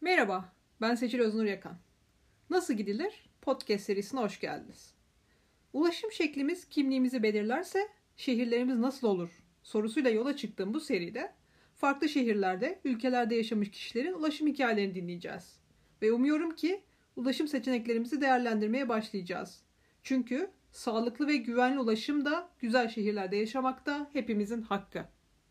Merhaba, ben Seçil Öznur Yakan. Nasıl gidilir? Podcast serisine hoş geldiniz. Ulaşım şeklimiz kimliğimizi belirlerse şehirlerimiz nasıl olur sorusuyla yola çıktığım bu seride farklı şehirlerde, ülkelerde yaşamış kişilerin ulaşım hikayelerini dinleyeceğiz. Ve umuyorum ki ulaşım seçeneklerimizi değerlendirmeye başlayacağız. Çünkü sağlıklı ve güvenli ulaşım da güzel şehirlerde yaşamak da hepimizin hakkı.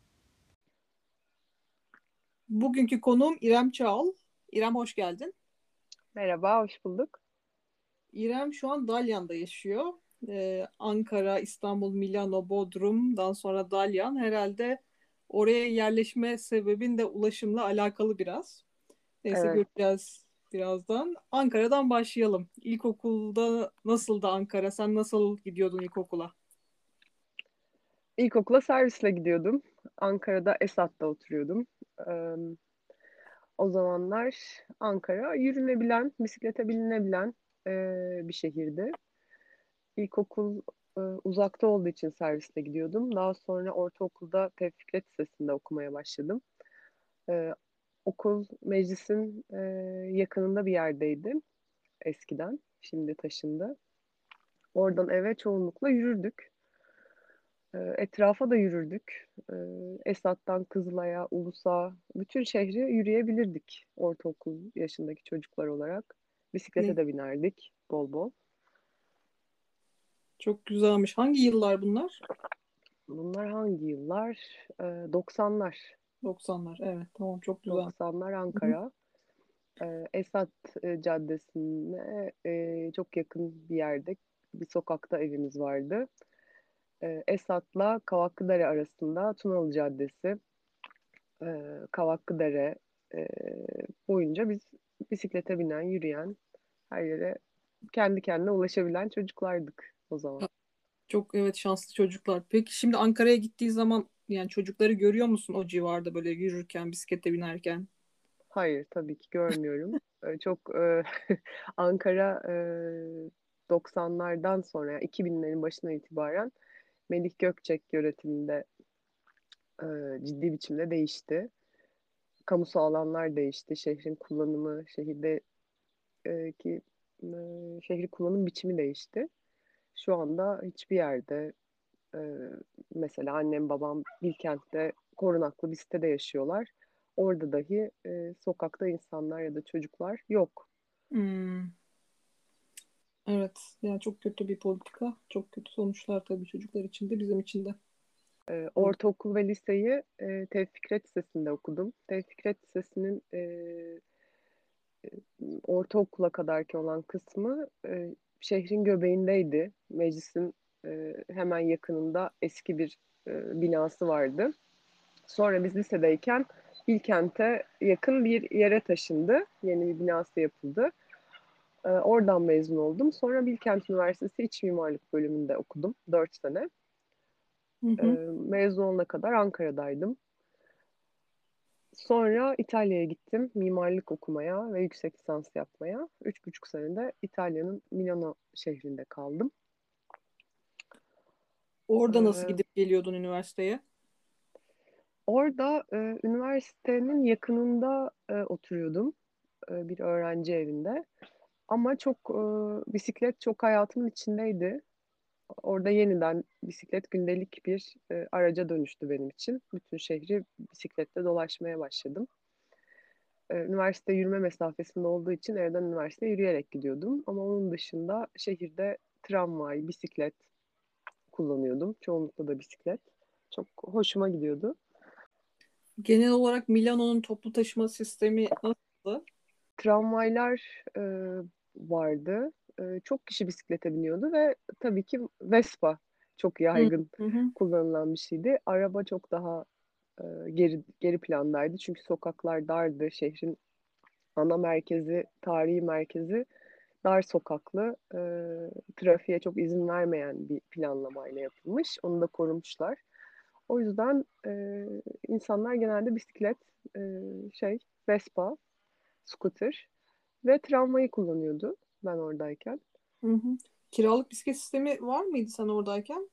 Bugünkü konuğum İrem Çağal. İrem hoş geldin. Merhaba, hoş bulduk. İrem şu an Dalyan'da yaşıyor. Ankara, İstanbul, Milano, Bodrum'dan sonra Dalyan. Herhalde oraya yerleşme sebebin de ulaşımla alakalı biraz. Neyse Evet, göreceğiz birazdan. Ankara'dan başlayalım. İlkokulda nasıldı Ankara? Sen nasıl gidiyordun ilkokula? ilkokula servisle gidiyordum. Ankara'da Esat'ta oturuyordum. Ee, O zamanlar Ankara yürünebilen, bisiklete bilinebilen bir şehirdi. İlkokul uzakta olduğu için servisle gidiyordum. Daha sonra ortaokulda Tevfikret Lisesi'nde okumaya başladım. Ee, Okul meclisin yakınında bir yerdeydi eskiden. Şimdi taşındı. Oradan eve çoğunlukla yürürdük. Etrafa da yürürdük. Esat'tan Kızılay'a, Ulus'a, bütün şehri yürüyebilirdik ortaokul yaşındaki çocuklar olarak. Bisiklete Ne? de binerdik bol bol. Çok güzelmiş. Hangi yıllar bunlar? Bunlar hangi yıllar? 90'lar. 90'lar. Evet, tamam çok güzel. 90'lar Hı hı. Ankara. Esat Caddesi'ne çok yakın bir yerde bir sokakta evimiz vardı. Esat'la Kavaklıdere arasında Tunalı Caddesi. Kavaklıdere e, boyunca biz bisiklete binen, yürüyen, her yere kendi kendine ulaşabilen çocuklardık o zaman. Çok evet şanslı çocuklar. Peki şimdi Ankara'ya gittiği zaman yani çocukları görüyor musun o civarda böyle yürürken, bisiklete binerken? Hayır, tabii ki görmüyorum. Çok Ankara 90'lardan sonra, yani 2000'lerin başına itibaren Melih Gökçek yönetiminde ciddi biçimde değişti. Kamusal alanlar değişti, şehrin kullanımı, ki şehri kullanım biçimi değişti. Şu anda hiçbir yerde e, mesela annem babam Bilkent'te korunaklı bir sitede yaşıyorlar. Orada dahi sokakta insanlar ya da çocuklar yok. Hmm, evet yani çok kötü bir politika. Çok kötü sonuçlar tabii çocuklar için de bizim için de. Evet. Ortaokul ve liseyi Tevfikret Lisesi'nde okudum. Tevfikret Lisesi'nin ortaokula kadarki olan kısmı şehrin göbeğindeydi. Meclisin hemen yakınında eski bir binası vardı. Sonra biz lisedeyken Bilkent'e yakın bir yere taşındı. Yeni bir binası yapıldı. Oradan mezun oldum. Sonra Bilkent Üniversitesi İç Mimarlık bölümünde okudum 4 sene. Hı hı. Mezun olana kadar Ankara'daydım. Sonra İtalya'ya gittim mimarlık okumaya ve yüksek lisans yapmaya. 3,5 senede İtalya'nın Milano şehrinde kaldım. Orada nasıl Ee, gidip geliyordun üniversiteye? Orada üniversitenin yakınında oturuyordum bir öğrenci evinde. Ama bisiklet çok hayatımın içindeydi. Orada yeniden bisiklet gündelik bir araca dönüştü benim için. Bütün şehri bisikletle dolaşmaya başladım. Üniversite yürüme mesafesinde olduğu için evden üniversiteye yürüyerek gidiyordum. Ama onun dışında şehirde tramvay, bisiklet kullanıyordum. Çoğunlukla da bisiklet. Çok hoşuma gidiyordu. Genel olarak Milano'nun toplu taşıma sistemi nasıldı? Tramvaylar vardı. Çok kişi bisiklete biniyordu ve tabii ki Vespa çok Hı yaygın hı. Hı. kullanılan bir şeydi. Araba çok daha geri plandaydı. Çünkü sokaklar dardı. Şehrin ana merkezi, tarihi merkezi dar sokaklı, trafiğe çok izin vermeyen bir planlamayla yapılmış. Onu da korumuşlar. O yüzden insanlar genelde bisiklet, e, şey, Vespa, scooter ve tramvayı kullanıyordu ben oradayken. Hı hı. Kiralık bisiklet sistemi var mıydı sen oradayken?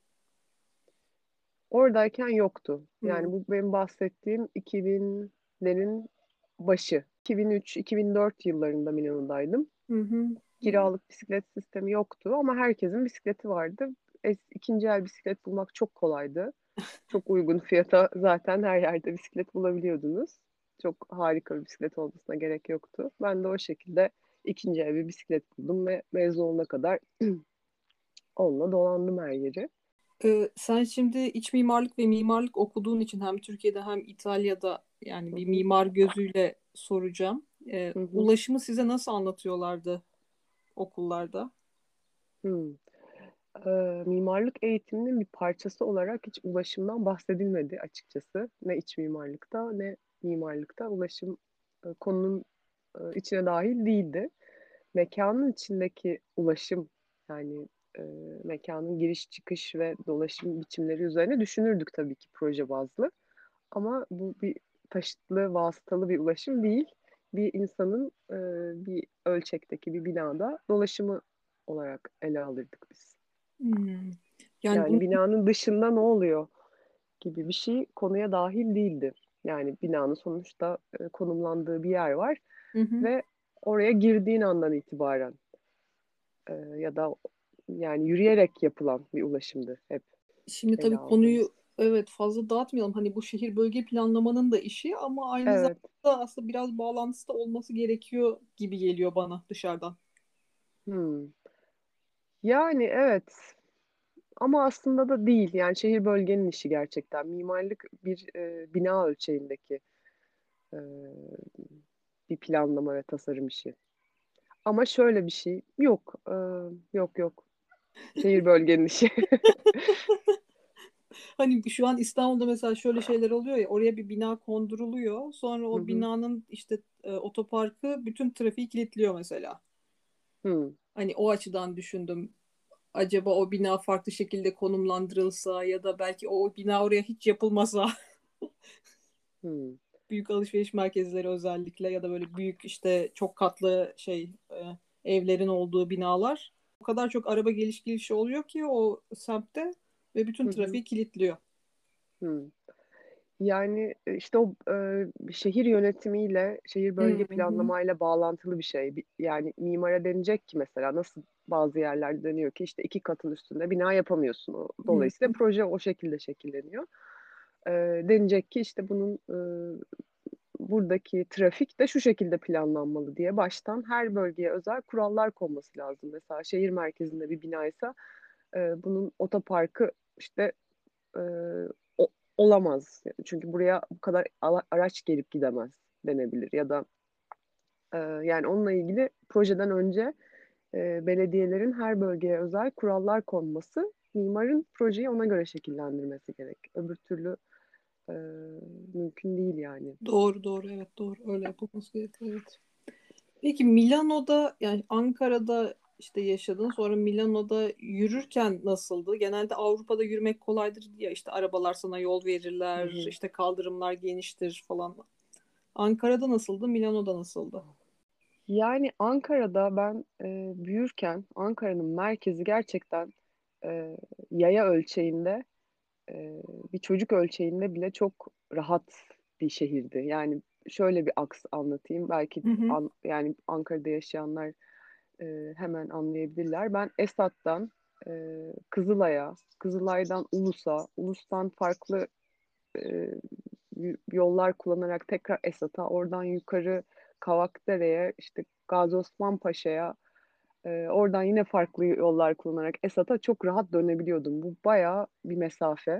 Oradayken yoktu. Hı. Yani bu benim bahsettiğim 2000'lerin başı. 2003-2004 yıllarında Milano'daydım. Hı hı. Kiralık bisiklet sistemi yoktu ama herkesin bisikleti vardı. İkinci el bisiklet bulmak çok kolaydı. Çok uygun fiyata zaten her yerde bisiklet bulabiliyordunuz. Çok harika bir bisiklet olmasına gerek yoktu. Ben de o şekilde ikinci el bir bisiklet buldum ve mezun olana kadar onunla dolandım her yeri. Sen şimdi iç mimarlık ve mimarlık okuduğun için hem Türkiye'de hem İtalya'da yani Hı bir hı, mimar gözüyle soracağım. hı hı, Ulaşımı size nasıl anlatıyorlardı okullarda? hı. Mimarlık eğitiminin bir parçası olarak hiç ulaşımdan bahsedilmedi açıkçası. Ne iç mimarlıkta ne mimarlıkta ulaşım konunun içine dahil değildi. Mekanın içindeki ulaşım yani e, mekanın giriş çıkış ve dolaşım biçimleri üzerine düşünürdük tabii ki proje bazlı. Ama bu bir taşıtlı, vasıtalı bir ulaşım değil. Bir insanın bir ölçekteki bir binada dolaşımı olarak ele alırdık biz. Hmm. Yani Yani bunu binanın dışında ne oluyor gibi bir şey konuya dahil değildi. Yani binanın sonuçta konumlandığı bir yer var hı hı. ve oraya girdiğin andan itibaren ya da yani yürüyerek yapılan bir ulaşımdı hep Şimdi ele tabii aldığımız. konuyu evet fazla dağıtmayalım. Hani bu şehir bölge planlamanın da işi ama aynı Evet. zamanda aslında biraz bağlantısı da olması gerekiyor gibi geliyor bana dışarıdan. Hmm. Yani evet. Ama aslında da değil. Yani şehir bölgenin işi gerçekten. Mimarlık bir bina ölçeğindeki e, bir planlama ve tasarım işi. Ama şöyle bir şey yok. Yok yok. Şehir bölgenin işi. Hani şu an İstanbul'da mesela şöyle şeyler oluyor ya oraya bir bina konduruluyor. Sonra Hı o hı. binanın işte otoparkı bütün trafiği kilitliyor mesela. Hı Hani o açıdan düşündüm. Acaba o bina farklı şekilde konumlandırılsa ya da belki o bina oraya hiç yapılmasa hı. büyük alışveriş merkezleri özellikle ya da böyle büyük işte çok katlı evlerin olduğu binalar o kadar çok araba geliş girişi oluyor ki o semtte ve bütün Hı hı. trafiği kilitliyor. Hı. Yani işte o şehir yönetimiyle, şehir Hı bölge hı. planlamayla bağlantılı bir şey. Yani mimara denecek ki mesela nasıl bazı yerlerde deniyor ki işte iki katın üstünde bina yapamıyorsun. Hı Dolayısıyla proje o şekilde şekilleniyor. E, Denecek ki işte bunun buradaki trafik de şu şekilde planlanmalı diye baştan her bölgeye özel kurallar konması lazım. Mesela şehir merkezinde bir binaysa bunun otoparkı işte e, o- olamaz. Çünkü buraya bu kadar araç gelip gidemez denebilir. Ya da yani onunla ilgili projeden önce belediyelerin her bölgeye özel kurallar konması, mimarın projeyi ona göre şekillendirmesi gerek. Öbür türlü e, mümkün değil yani. Doğru doğru evet doğru öyle yapılması gerekiyor evet. Peki Milano'da yani Ankara'da işte yaşadın sonra Milano'da yürürken nasıldı? Genelde Avrupa'da yürümek kolaydır ya işte arabalar sana yol Hı verirler hı. işte kaldırımlar geniştir falan. Ankara'da nasıldı? Milano'da nasıldı? Yani Ankara'da ben büyürken Ankara'nın merkezi gerçekten e, yaya ölçeğinde bir çocuk ölçeğinde bile çok rahat bir şehirdi. Yani şöyle bir aks anlatayım. Belki Hı hı. yani Ankara'da yaşayanlar hemen anlayabilirler. Ben Esat'tan Kızılay'a, Kızılay'dan Ulus'a, Ulus'tan farklı e, yollar kullanarak tekrar Esat'a, oradan yukarı Kavakdere'ye, işte Gazi Osman Paşa'ya, oradan yine farklı yollar kullanarak Esat'a çok rahat dönebiliyordum. Bu bayağı bir mesafe.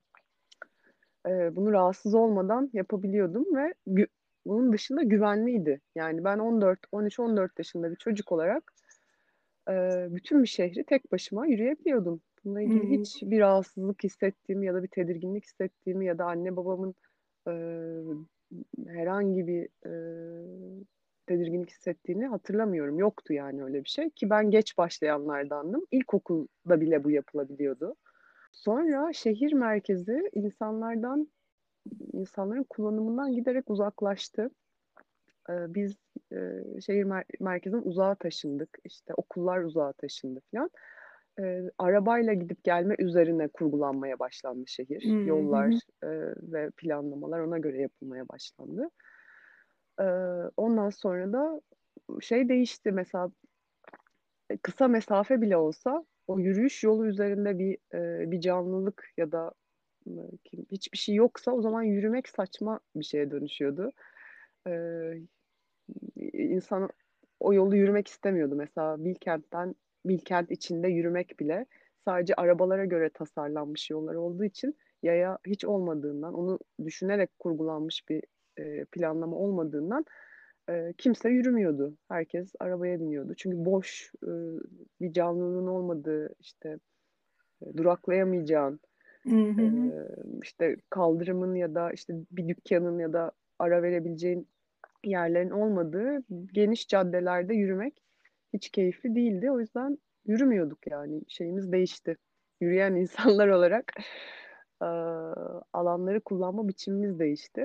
Bunu rahatsız olmadan yapabiliyordum ve bunun dışında güvenliydi. Yani ben 13-14 yaşında bir çocuk olarak bütün bir şehri tek başıma yürüyebiliyordum. Bununla ilgili Hmm, hiç bir rahatsızlık hissettiğimi ya da bir tedirginlik hissettiğimi ya da anne babamın e, herhangi bir tedirginlik hissettiğini hatırlamıyorum. Yoktu yani öyle bir şey ki ben geç başlayanlardandım. İlkokulda bile bu yapılabiliyordu. Sonra şehir merkezi insanların kullanımından giderek uzaklaştı. Biz şehir merkezinden uzağa taşındık. İşte okullar uzağa taşındı falan. Arabayla gidip gelme üzerine kurgulanmaya başlandı şehir. hı hı. Yollar ve planlamalar ona göre yapılmaya başlandı. Ee, Ondan sonra da şey değişti mesela, kısa mesafe bile olsa o yürüyüş yolu üzerinde bir canlılık ya da hiçbir şey yoksa o zaman yürümek saçma bir şeye dönüşüyordu. Ee, insan o yolu yürümek istemiyordu. Mesela Bilkent içinde yürümek bile sadece arabalara göre tasarlanmış yollar olduğu için, yaya hiç olmadığından, onu düşünerek kurgulanmış bir planlama olmadığından kimse yürümüyordu. Herkes arabaya biniyordu. Çünkü boş, bir canlılığın olmadığı, işte duraklayamayacağın, Hı hı e, hı. işte kaldırımın ya da işte bir dükkanın ya da ara verebileceğin yerlerin olmadığı geniş caddelerde yürümek hiç keyifli değildi. O yüzden yürümüyorduk yani. Şeyimiz değişti. Yürüyen insanlar olarak e, alanları kullanma biçimimiz değişti.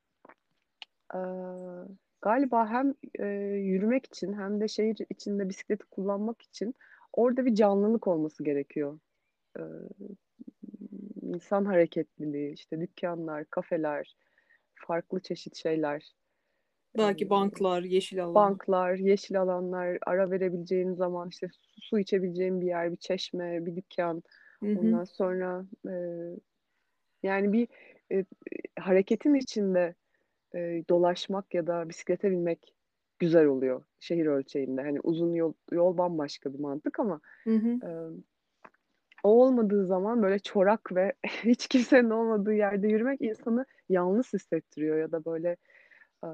E, Galiba hem yürümek için hem de şehir içinde bisikleti kullanmak için orada bir canlılık olması gerekiyor. E, insan hareketliliği, işte dükkanlar, kafeler, farklı çeşit şeyler. E, Belki banklar, yeşil alanlar. Banklar, yeşil alanlar, ara verebileceğin zaman işte su içebileceğin bir yer, bir çeşme, bir dükkan. Hı hı. Ondan sonra yani bir e, hareketin içinde dolaşmak ya da bisiklete binmek güzel oluyor şehir ölçeğinde. Hani uzun yol bambaşka bir mantık ama Hı hı. e, o olmadığı zaman böyle çorak ve hiç kimsenin olmadığı yerde yürümek insanı yalnız hissettiriyor ya da böyle e,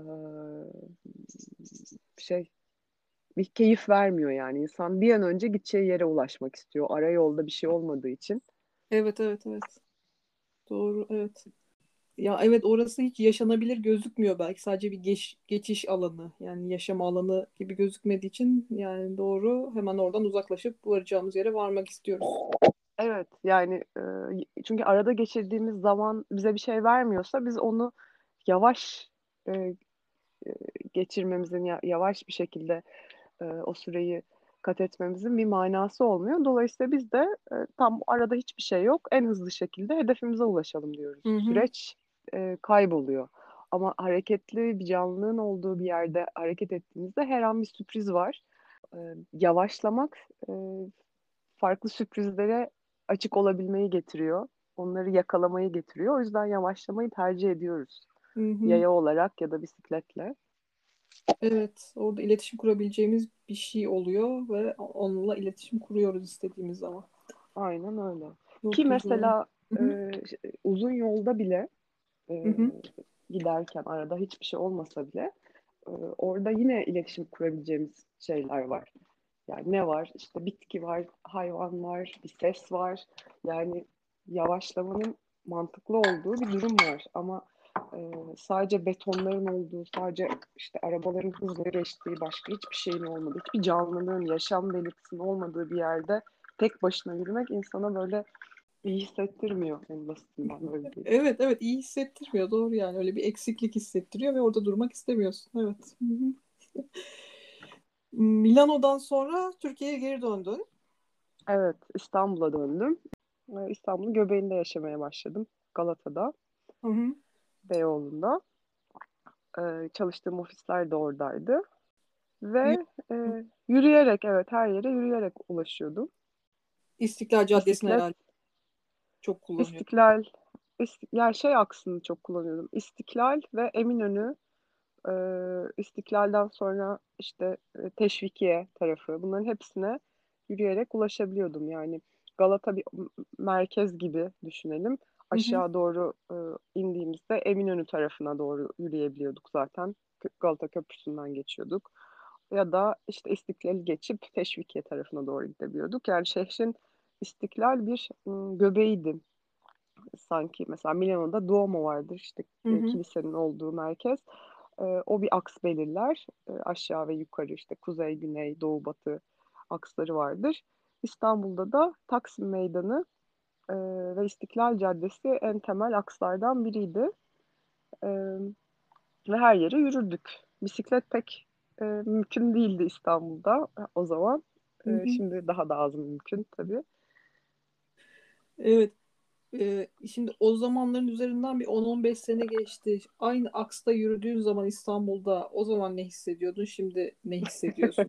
şey, bir keyif vermiyor yani. İnsan bir an önce gideceği yere ulaşmak istiyor. Ara yolda bir şey olmadığı için. Evet, evet, evet. Doğru, evet. Ya evet, orası hiç yaşanabilir gözükmüyor belki. Sadece bir geçiş alanı. Yani yaşam alanı gibi gözükmediği için yani doğru, hemen oradan uzaklaşıp varacağımız yere varmak istiyoruz. Evet yani çünkü arada geçirdiğimiz zaman bize bir şey vermiyorsa biz onu yavaş e, geçirmemizin, yavaş bir şekilde o süreyi kat etmemizin bir manası olmuyor. Dolayısıyla biz de tam arada hiçbir şey yok, en hızlı şekilde hedefimize ulaşalım Hı diyoruz. hı. Süreç kayboluyor. Ama hareketli bir canlının olduğu bir yerde hareket ettiğimizde her an bir sürpriz var. Yavaşlamak e, farklı sürprizlere açık olabilmeyi getiriyor. Onları yakalamayı getiriyor. O yüzden yavaşlamayı tercih ediyoruz. Hı hı. Yaya olarak ya da bisikletle. Evet, orada iletişim kurabileceğimiz bir şey oluyor ve onunla iletişim kuruyoruz istediğimiz zaman. Aynen öyle. Ki Çok güzel. mesela Hı hı. uzun yolda bile Hı hı. giderken arada hiçbir şey olmasa bile orada yine iletişim kurabileceğimiz şeyler var. Yani ne var? İşte bitki var, hayvan var, bir ses var. Yani yavaşlamanın mantıklı olduğu bir durum var. Ama sadece betonların olduğu, sadece işte arabaların hızla geçtiği, başka hiçbir şeyin olmadığı, hiçbir canlılığın, yaşam belirtisinin olmadığı bir yerde tek başına yürümek insana böyle iyi hissettirmiyor, en basitinden böyle diyeyim. Evet, evet, iyi hissettirmiyor, doğru, yani öyle bir eksiklik hissettiriyor ve orada durmak istemiyorsun. Evet. Hı hı. Milano'dan sonra Türkiye'ye geri döndün. Evet, İstanbul'a döndüm. İstanbul'un göbeğinde yaşamaya başladım. Galata'da, Hı hı. Beyoğlu'nda. Çalıştığım ofisler de oradaydı. Ve yürüyerek, evet, her yere yürüyerek ulaşıyordum. İstiklal Caddesi'ni Bisiklet, herhalde çok kullanıyor. İstiklal, yani şey aksını çok kullanıyordum. İstiklal ve Eminönü, İstiklal'den sonra işte Teşvikiye tarafı, bunların hepsine yürüyerek ulaşabiliyordum. Yani Galata bir merkez gibi düşünelim. Hı hı. Aşağı doğru indiğimizde Eminönü tarafına doğru yürüyebiliyorduk zaten. Galata Köprüsü'nden geçiyorduk. Ya da işte İstiklal'i geçip Teşvikiye tarafına doğru gidebiliyorduk. Yani şehrin İstiklal bir göbeğiydi sanki. Mesela Milano'da Duomo vardır, işte Hı hı. kilisenin olduğu merkez. O bir aks belirler. Aşağı ve yukarı, işte kuzey, güney, doğu, batı aksları vardır. İstanbul'da da Taksim Meydanı e, ve İstiklal Caddesi en temel akslardan biriydi. E, Ve her yere yürürdük. Bisiklet pek mümkün değildi İstanbul'da o zaman. Hı hı. Şimdi daha da az mümkün tabii. Evet. Şimdi o zamanların üzerinden bir 10-15 sene geçti. Aynı aksta yürüdüğün zaman İstanbul'da o zaman ne hissediyordun? Şimdi ne hissediyorsun?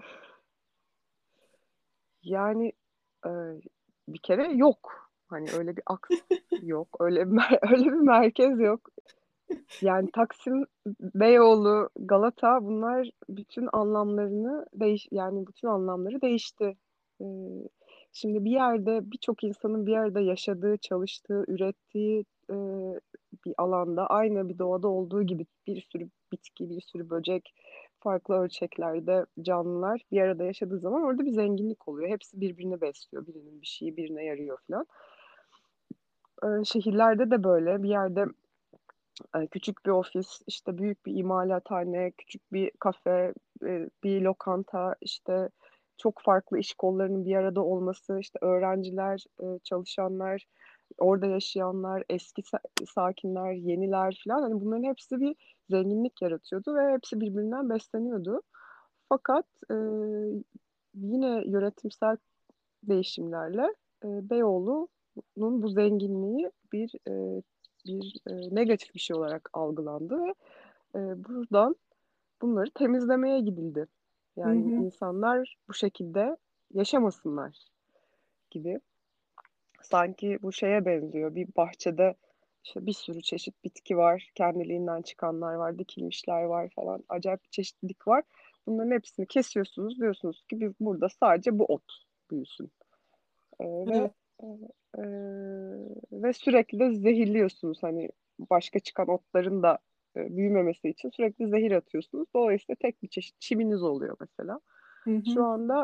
Yani e, bir kere yok. Hani öyle bir aks yok. Öyle bir öyle bir merkez yok. Yani Taksim, Beyoğlu, Galata bunlar bütün anlamlarını yani bütün anlamları değişti. Ee, Şimdi bir yerde birçok insanın bir arada yaşadığı, çalıştığı, ürettiği bir alanda aynı bir doğada olduğu gibi bir sürü bitki, bir sürü böcek, farklı ölçeklerde canlılar bir arada yaşadığı zaman orada bir zenginlik oluyor. Hepsi birbirini besliyor. Birinin bir şeyi birine yarıyor falan. Şehirlerde de böyle bir yerde küçük bir ofis, işte büyük bir imalathane, küçük bir kafe, bir lokanta, işte çok farklı iş kollarının bir arada olması, işte öğrenciler, çalışanlar, orada yaşayanlar, eski sakinler, yeniler falan hani bunların hepsi bir zenginlik yaratıyordu ve hepsi birbirinden besleniyordu. Fakat yine yönetimsel değişimlerle Beyoğlu'nun bu zenginliği bir negatif bir şey olarak algılandı ve buradan bunları temizlemeye gidildi. Hı Yani hı. insanlar bu şekilde yaşamasınlar gibi. Sanki bu şeye benziyor. Bir bahçede işte bir sürü çeşit bitki var. Kendiliğinden çıkanlar var, dikilmişler var falan. Acayip bir çeşitlilik var. Bunların hepsini kesiyorsunuz. Diyorsunuz ki biz burada sadece bu ot büyüsün. Ee, ve Evet. e, e, ve sürekli de zehirliyorsunuz. Hani başka çıkan otların da büyümemesi için sürekli zehir atıyorsunuz. Dolayısıyla tek bir çeşit çiminiz oluyor mesela. Hı Şu hı. anda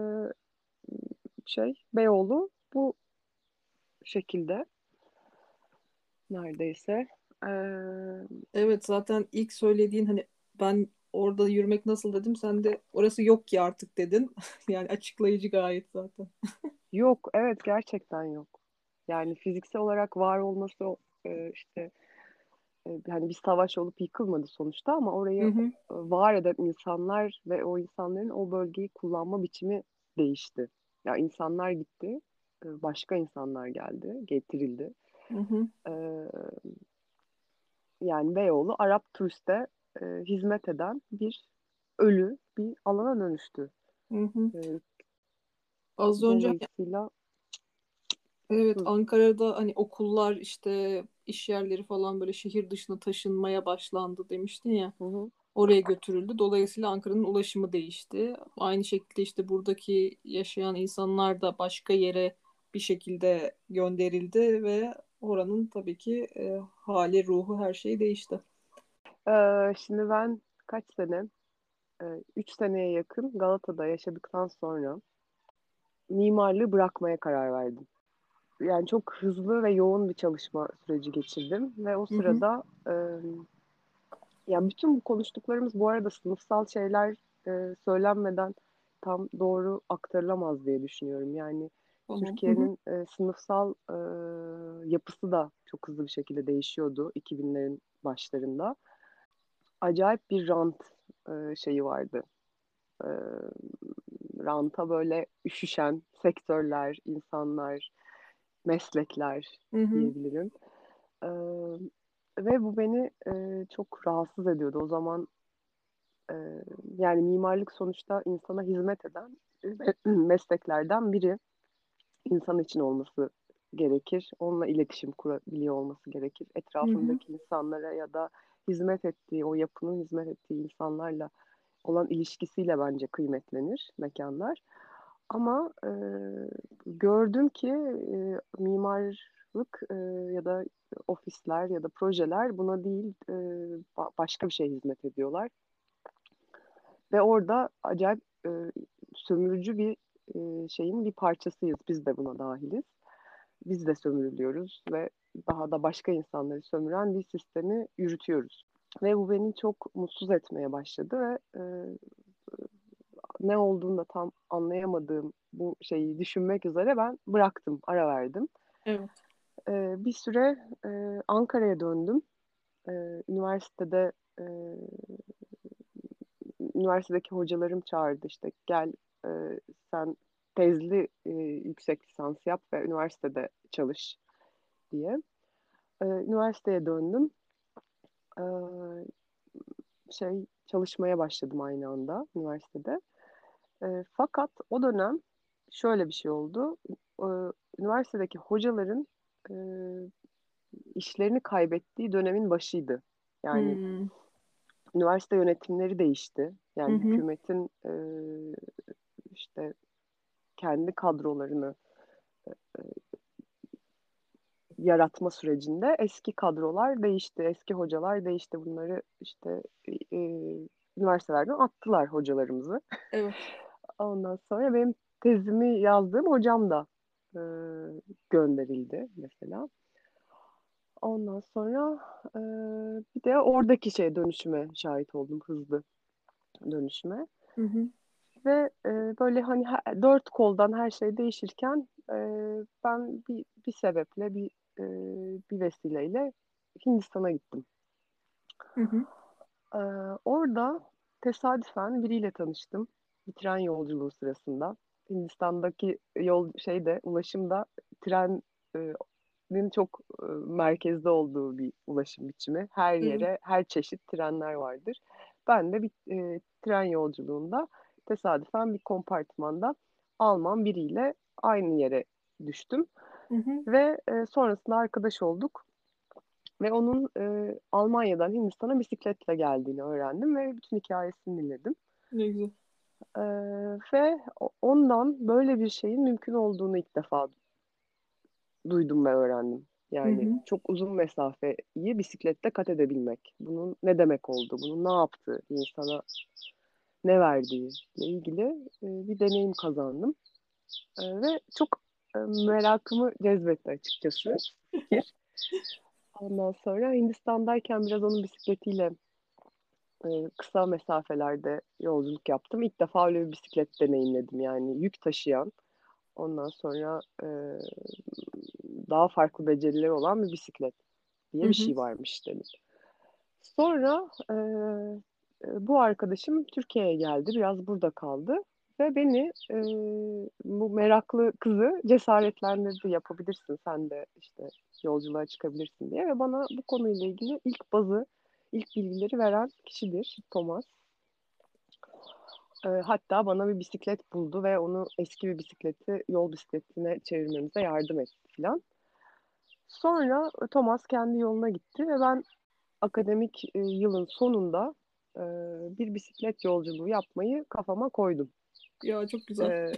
Beyoğlu bu şekilde neredeyse. Evet, zaten ilk söylediğin hani ben orada yürümek nasıl dedim, sen de orası yok ki artık dedin. Yani açıklayıcı gayet zaten. Yok, evet gerçekten yok. Yani fiziksel olarak var olması işte hani bir savaş olup yıkılmadı sonuçta ama Hı orayı hı. var eden insanlar ve o insanların o bölgeyi kullanma biçimi değişti. Ya insanlar gitti, başka insanlar geldi, getirildi. Hı hı. E, Yani Beyoğlu Arap turiste hizmet eden bir ölü bir alana dönüştü. Hı hı. E, Az önce hani, Dolayısıyla evet, hı, Ankara'da hani okullar işte iş yerleri falan böyle şehir dışına taşınmaya başlandı demiştin ya. hı, hı. Oraya götürüldü. Dolayısıyla Ankara'nın ulaşımı değişti. Aynı şekilde işte buradaki yaşayan insanlar da başka yere bir şekilde gönderildi ve oranın tabii ki hali, ruhu, her şey değişti. Şimdi ben kaç sene, 3 seneye yakın Galata'da yaşadıktan sonra mimarlığı bırakmaya karar verdim. Yani çok hızlı ve yoğun bir çalışma süreci geçirdim ve o Hı hı. sırada yani bütün bu konuştuklarımız bu arada sınıfsal şeyler söylenmeden tam doğru aktarılamaz diye düşünüyorum. Yani Tamam. Hı hı. Türkiye'nin sınıfsal yapısı da çok hızlı bir şekilde değişiyordu 2000'lerin başlarında. Acayip bir rant şeyi vardı. E, Ranta böyle üşüşen sektörler, insanlar, meslekler Hı hı. diyebilirim. Ee, Ve bu beni çok rahatsız ediyordu. O zaman e, yani mimarlık sonuçta insana hizmet eden mesleklerden biri. İnsan için olması gerekir. Onunla iletişim kurabiliyor olması gerekir. Hı hı. Etrafındaki insanlara ya da hizmet ettiği, o yapının hizmet ettiği insanlarla olan ilişkisiyle bence kıymetlenir mekanlar. Ama gördüm ki mimarlık ya da ofisler ya da projeler buna değil başka bir şey hizmet ediyorlar. Ve orada acayip sömürücü bir şeyin bir parçasıyız. Biz de buna dahiliz. Biz de sömürülüyoruz ve daha da başka insanları sömüren bir sistemi yürütüyoruz. Ve bu beni çok mutsuz etmeye başladı ve ne olduğunu da tam anlayamadığım bu şeyi düşünmek üzere ben bıraktım, ara verdim. Evet. Bir süre Ankara'ya döndüm. Üniversitede üniversitedeki hocalarım çağırdı işte gel e, sen tezli yüksek lisans yap ve üniversitede çalış. diye. Üniversiteye döndüm. Ee, Çalışmaya başladım aynı anda üniversitede. Fakat o dönem şöyle bir şey oldu. Ee, Üniversitedeki hocaların e, işlerini kaybettiği dönemin başıydı. Yani Hmm. üniversite yönetimleri değişti. Hı Yani hı. hükümetin işte kendi kadrolarını yaratma sürecinde eski kadrolar değişti, eski hocalar değişti. Bunları işte e, üniversitelerden attılar hocalarımızı. Evet. Ondan sonra benim tezimi yazdığım hocam da e, gönderildi mesela. Ondan sonra e, bir de oradaki dönüşüme şahit oldum, hızlı dönüşüme. Hı hı. Ve böyle hani dört koldan her şey değişirken ben bir sebeple e, bir vesileyle Hindistan'a gittim. Hı hı. E, Orada tesadüfen biriyle tanıştım. Bir tren yolculuğu sırasında. Hindistan'daki ulaşımda tren çok merkezde olduğu bir ulaşım biçimi. Her Evet. yere, her çeşit trenler vardır. Ben de bir tren yolculuğunda tesadüfen bir kompartmanda Alman biriyle aynı yere düştüm. Hı hı. Ve sonrasında arkadaş olduk. Ve onun Almanya'dan Hindistan'a bisikletle geldiğini öğrendim ve bütün hikayesini dinledim. Ne güzel. E, Ve ondan böyle bir şeyin mümkün olduğunu ilk defa duydum ve öğrendim. Hı Yani hı. çok uzun mesafeyi bisikletle kat edebilmek. Bunun ne demek olduğu, bunun ne yaptığı, bir insana ne verdiği ile ilgili bir deneyim kazandım. Ve çok merakımı cezbetti açıkçası fikir. Ondan sonra Hindistan'dayken biraz onun bisikletiyle kısa mesafelerde yolculuk yaptım. İlk defa öyle bir bisiklet deneyimledim. Yani yük taşıyan, ondan sonra daha farklı becerileri olan bir bisiklet Hı diye bir hı. şey varmış dedim. Sonra bu arkadaşım Türkiye'ye geldi, biraz burada kaldı ve beni bu meraklı kızı cesaretlendirdi. Yapabilirsin, sen de işte yolculuğa çıkabilirsin diye ve bana bu konuyla ilgili ilk bilgileri veren kişidir Thomas. Hatta bana bir bisiklet buldu ve onu eski bir bisikleti yol bisikletine çevirmemize yardım etti filan. Sonra Thomas kendi yoluna gitti ve ben akademik yılın sonunda e, bir bisiklet yolculuğu yapmayı kafama koydum. Ya çok güzel. E,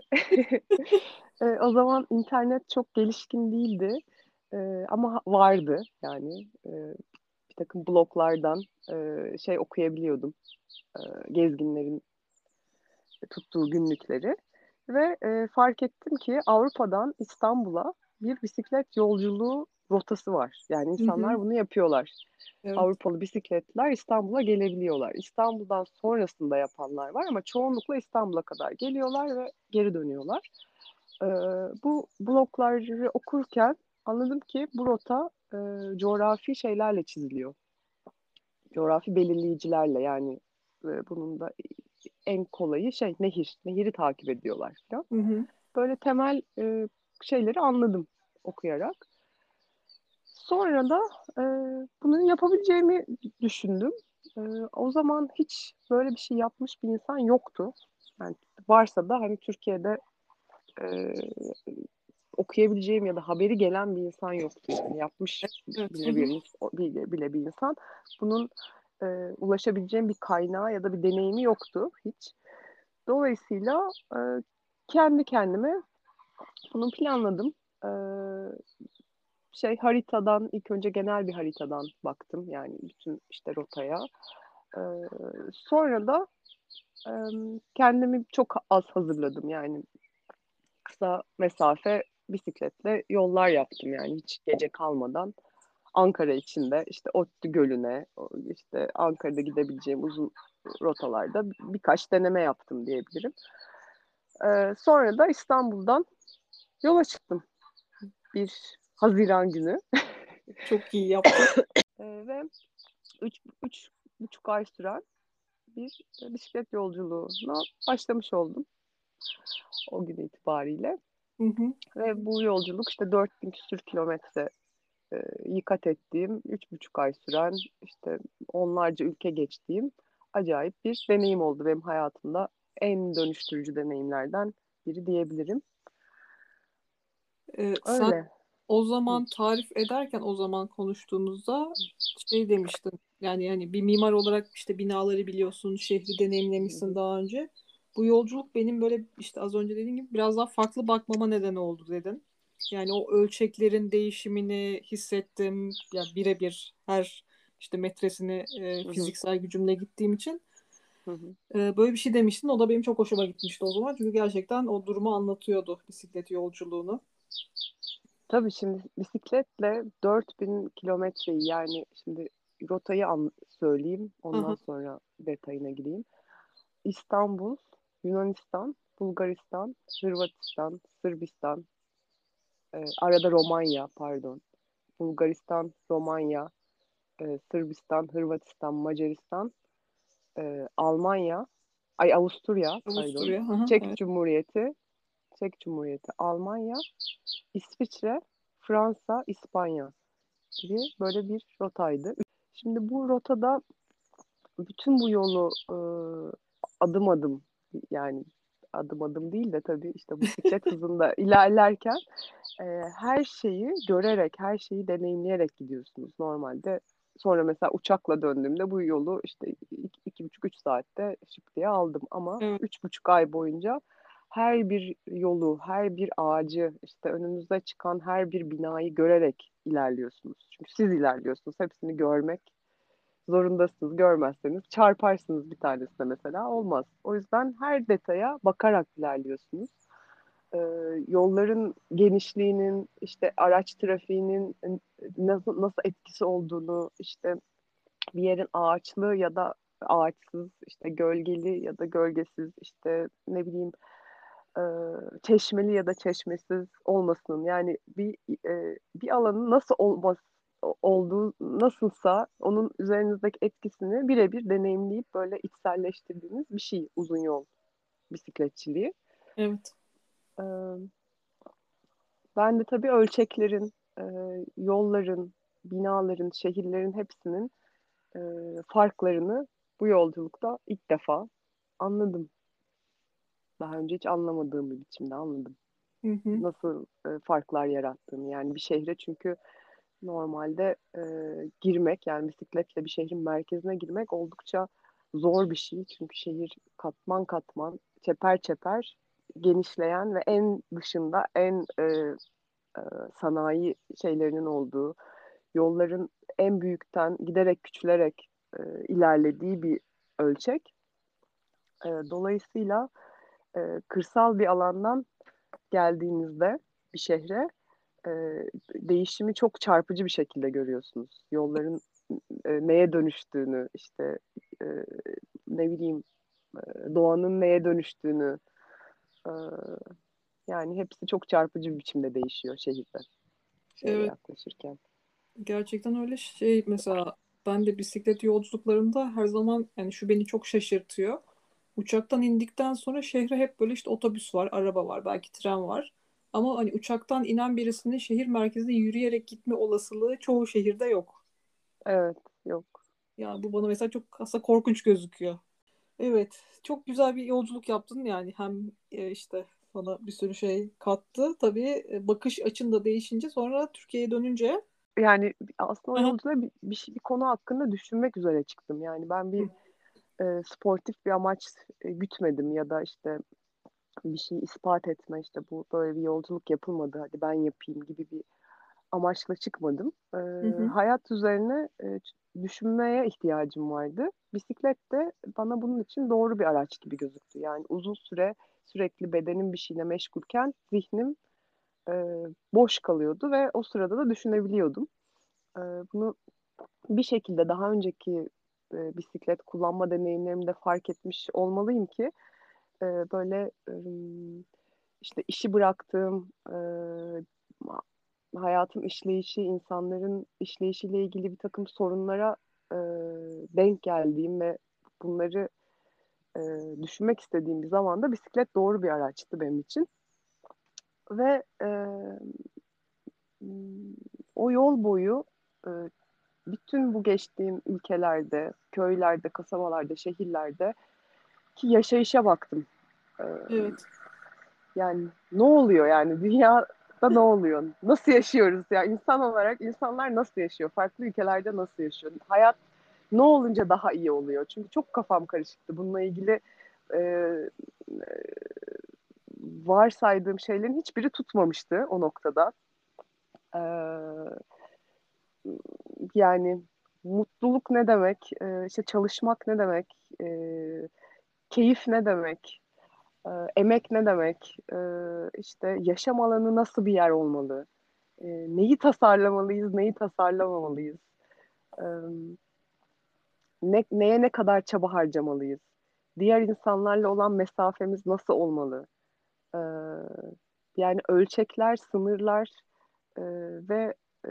O zaman internet çok gelişkin değildi. Ama vardı yani. Bir takım bloglardan okuyabiliyordum. Gezginlerin tuttuğu günlükleri. Ve fark ettim ki Avrupa'dan İstanbul'a bir bisiklet yolculuğu rotası var. Yani Hı hı. insanlar bunu yapıyorlar. Evet. Avrupalı bisikletler İstanbul'a gelebiliyorlar. İstanbul'dan sonrasında yapanlar var ama çoğunlukla İstanbul'a kadar geliyorlar ve geri dönüyorlar. Ee, Bu blogları okurken anladım ki bu rota coğrafi şeylerle çiziliyor. Coğrafi belirleyicilerle, yani bunun da en kolayı nehir. Nehiri takip ediyorlar falan. Hı hı. Böyle temel şeyleri anladım okuyarak. Sonra da e, bunu yapabileceğimi düşündüm. E, O zaman hiç böyle bir şey yapmış bir insan yoktu. Yani varsa da hani Türkiye'de e, okuyabileceğim ya da haberi gelen bir insan yoktu. Yani yapmış Evet. Hı bile hı. bir insan. Bunun ulaşabileceğim bir kaynağı ya da bir deneyimi yoktu hiç. Dolayısıyla kendi kendime bunu planladım. E, Haritadan, ilk önce genel bir haritadan baktım, yani bütün işte rotaya. Ee, Sonra da e, kendimi çok az hazırladım, yani kısa mesafe bisikletle yollar yaptım, yani hiç gece kalmadan Ankara içinde işte ODTÜ Gölü'ne, işte Ankara'da gidebileceğim uzun rotalarda birkaç deneme yaptım diyebilirim. Sonra da İstanbul'dan yola çıktım bir Haziran günü. Çok iyi yaptın. Ve üç buçuk ay süren bir bisiklet yolculuğuna başlamış oldum o gün itibariyle. Hı hı. Ve bu yolculuk işte 4000 küsür kilometre kat ettiğim, 3,5 ay süren, işte onlarca ülke geçtiğim acayip bir deneyim oldu benim hayatımda. En dönüştürücü deneyimlerden biri diyebilirim. Sen Öyle. o Hı zaman tarif ederken o zaman konuştuğumuzda şey demiştin. Yani bir mimar olarak işte binaları biliyorsun, şehri deneyimlemişsin hı, daha önce. Bu yolculuk benim böyle işte az önce dediğim gibi biraz daha farklı bakmama neden oldu dedin. Yani o ölçeklerin değişimini hissettim. Ya birebir her işte metresini hı hı, fiziksel gücümle gittiğim için hı hı. böyle bir şey demiştin. O da benim çok hoşuma gitmişti o zaman. Çünkü gerçekten o durumu anlatıyordu bisiklet yolculuğunu. Tabii şimdi bisikletle 4.000 kilometreyi, yani şimdi rotayı söyleyeyim, ondan Aha, sonra detayına gireyim. İstanbul, Yunanistan, Bulgaristan, Hırvatistan, Sırbistan, arada Romanya, pardon. Bulgaristan, Romanya, Sırbistan, Hırvatistan, Macaristan, Almanya, Avusturya, pardon. Avusturya. Aha, Çek evet. Cumhuriyeti, Çek Cumhuriyeti, Almanya, İsviçre, Fransa, İspanya gibi böyle bir rotaydı. Şimdi bu rotada bütün bu yolu adım adım, yani adım adım değil de tabii işte bisiklet hızında ilerlerken her şeyi görerek, her şeyi deneyimleyerek gidiyorsunuz normalde. Sonra mesela uçakla döndüğümde bu yolu işte 2,5-3 saatte şıp diye aldım. Ama Evet, 3,5 ay boyunca her bir yolu, her bir ağacı, işte önünüze çıkan her bir binayı görerek ilerliyorsunuz. Çünkü siz ilerliyorsunuz. Hepsini görmek zorundasınız. Görmezseniz çarparsınız bir tanesine mesela. Olmaz. O yüzden her detaya bakarak ilerliyorsunuz. e, Yolların genişliğinin, işte araç trafiğinin nasıl etkisi olduğunu, işte bir yerin ağaçlı ya da ağaçsız, işte gölgeli ya da gölgesiz, işte ne bileyim, e, çeşmeli ya da çeşmesiz olmasının, yani bir alanın nasıl olduğu nasılsa onun üzerinizdeki etkisini birebir deneyimleyip böyle içselleştirdiğiniz bir şey uzun yol bisikletçiliği. evet, E, Ben de tabii ölçeklerin, yolların, binaların, şehirlerin hepsinin e, farklarını bu yolculukta ilk defa anladım. Daha önce hiç anlamadığım bir biçimde anladım. hı hı, Nasıl farklar yarattığını. Yani bir şehre, çünkü normalde girmek, yani bisikletle bir şehrin merkezine girmek oldukça zor bir şey. Çünkü şehir katman katman, çeper çeper genişleyen ve en dışında en e, sanayi şeylerinin olduğu, yolların en büyükten giderek küçülerek ilerlediği bir ölçek. Dolayısıyla kırsal bir alandan geldiğinizde bir şehre e, değişimi çok çarpıcı bir şekilde görüyorsunuz. Yolların neye dönüştüğünü, işte e, ne bileyim, doğanın neye dönüştüğünü, e, yani hepsi çok çarpıcı bir biçimde değişiyor şehirde, şehre evet. yaklaşırken. Gerçekten öyle şey mesela ben de bisiklet yolculuklarımda her zaman yani şu beni çok şaşırtıyor. Uçaktan indikten sonra şehre hep böyle işte otobüs var, araba var, belki tren var. Ama hani uçaktan inen birisinin şehir merkezine yürüyerek gitme olasılığı çoğu şehirde yok. Evet, yok. Ya bu bana mesela çok aslında korkunç gözüküyor. Evet, çok güzel bir yolculuk yaptın yani hem işte sana bir sürü şey kattı. Tabii bakış açın da değişince sonra Türkiye'ye dönünce. Yani aslında o Aha. yolculuğa bir konu hakkında düşünmek üzere çıktım. Yani ben bir sportif bir amaç gütmedim ya da işte bir şey ispat etme, işte bu böyle bir yolculuk yapılmadı, hadi ben yapayım gibi bir amaçla çıkmadım. Hı hı. Hayat üzerine düşünmeye ihtiyacım vardı. Bisiklet de bana bunun için doğru bir araç gibi gözüktü. Yani uzun süre sürekli bedenim bir şeyle meşgulken zihnim e, boş kalıyordu ve o sırada da düşünebiliyordum. E, Bunu bir şekilde daha önceki bisiklet kullanma deneyimlerimde fark etmiş olmalıyım ki böyle işte işi bıraktığım, hayatın işleyişi, insanların işleyişiyle ilgili bir takım sorunlara e, denk geldiğim ve bunları e, düşünmek istediğim bir zamanda bisiklet doğru bir araçtı benim için. Ve o yol boyu e, bütün bu geçtiğim ülkelerde, köylerde, kasabalarda, şehirlerde ki yaşayışa baktım. E, Evet. Yani ne oluyor yani dünyada ne oluyor? Nasıl yaşıyoruz ya? İnsan olarak insanlar nasıl yaşıyor? Farklı ülkelerde nasıl yaşıyor? Hayat ne olunca daha iyi oluyor? Çünkü çok kafam karışıktı. Bununla ilgili e, varsaydığım şeylerin hiçbiri tutmamıştı o noktada. E, Yani mutluluk ne demek? İşte çalışmak ne demek? E, Keyif ne demek? Emek ne demek? İşte yaşam alanı nasıl bir yer olmalı? Neyi tasarlamalıyız, neyi tasarlamamalıyız? E, Neye ne kadar çaba harcamalıyız? Diğer insanlarla olan mesafemiz nasıl olmalı? Ee, Yani ölçekler, sınırlar e, ve e,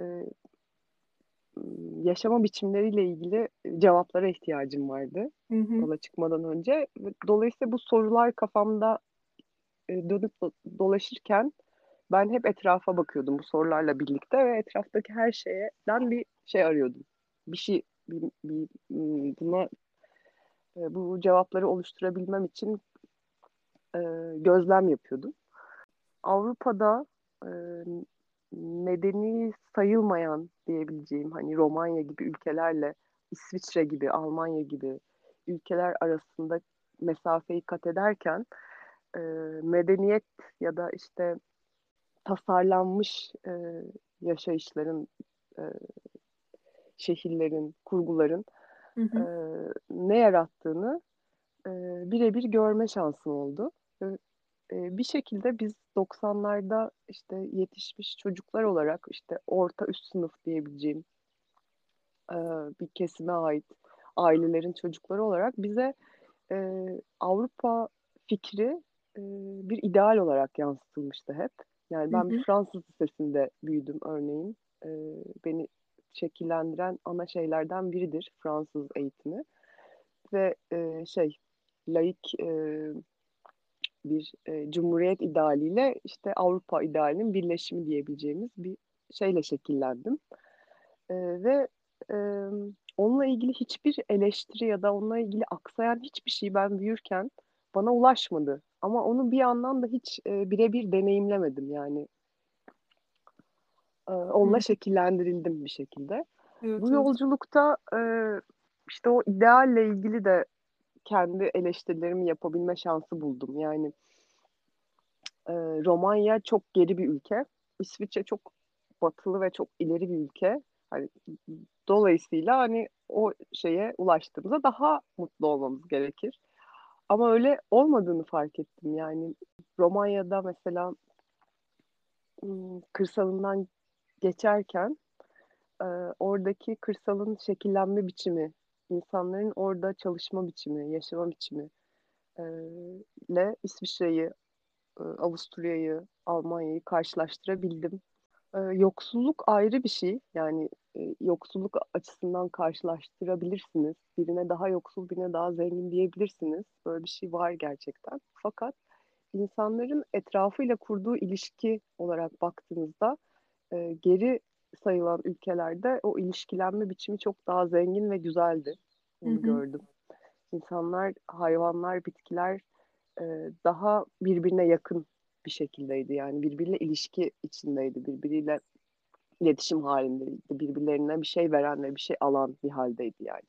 yaşama biçimleriyle ilgili cevaplara ihtiyacım vardı Hı hı. yola çıkmadan önce. Dolayısıyla bu sorular kafamda dönüp dolaşırken ben hep etrafa bakıyordum bu sorularla birlikte ve etraftaki her şeyden bir şey arıyordum. Bir şey, buna bu cevapları oluşturabilmem için e, gözlem yapıyordum. Avrupa'da e, medeni sayılmayan diyebileceğim hani Romanya gibi ülkelerle İsviçre gibi, Almanya gibi ülkeler arasında mesafeyi kat ederken e, medeniyet ya da işte tasarlanmış yaşayışların, e, şehirlerin, kurguların Hı e, hı. ne yarattığını e, birebir görme şansım oldu. E, Bir şekilde biz 90'larda işte yetişmiş çocuklar olarak işte orta üst sınıf diyebileceğim e, bir kesime ait ailelerin çocukları olarak bize Avrupa fikri bir ideal olarak yansıtılmıştı hep. Yani Hı ben bir hı. Fransız lisesinde büyüdüm örneğin. Beni şekillendiren ana şeylerden biridir Fransız eğitimi ve laik bir cumhuriyet idealiyle işte Avrupa idealinin birleşimi diyebileceğimiz bir şeyle şekillendim. Ve e, onunla ilgili hiçbir eleştiri ya da onunla ilgili aksayan hiçbir şey ben büyürken bana ulaşmadı. Ama onu bir yandan da hiç birebir deneyimlemedim yani. Hı Onunla hı. şekillendirildim bir şekilde. Evet, Bu evet. yolculukta işte o idealle ilgili de kendi eleştirilerimi yapabilme şansı buldum. Yani Romanya çok geri bir ülke. İsviçre çok batılı ve çok ileri bir ülke. Hani dolayısıyla hani o şeye ulaştığımızda daha mutlu olmamız gerekir. Ama öyle olmadığını fark ettim. Yani Romanya'da mesela kırsalından geçerken e, oradaki kırsalın şekillenme biçimi, insanların orada çalışma biçimi, yaşama biçimi e, ile İsviçre'yi, Avusturya'yı, Almanya'yı karşılaştırabildim. Yoksulluk ayrı bir şey. Yani yoksulluk açısından karşılaştırabilirsiniz. Birine daha yoksul, birine daha zengin diyebilirsiniz. Böyle bir şey var gerçekten. Fakat insanların etrafıyla kurduğu ilişki olarak baktığınızda geri sayılan ülkelerde o ilişkilenme biçimi çok daha zengin ve güzeldi. Hı Onu hı. gördüm. İnsanlar, hayvanlar, bitkiler e, daha birbirine yakın bir şekildeydi. Yani birbiriyle ilişki içindeydi. Birbiriyle iletişim halindeydi. Birbirlerine bir şey veren ve bir şey alan bir haldeydi yani.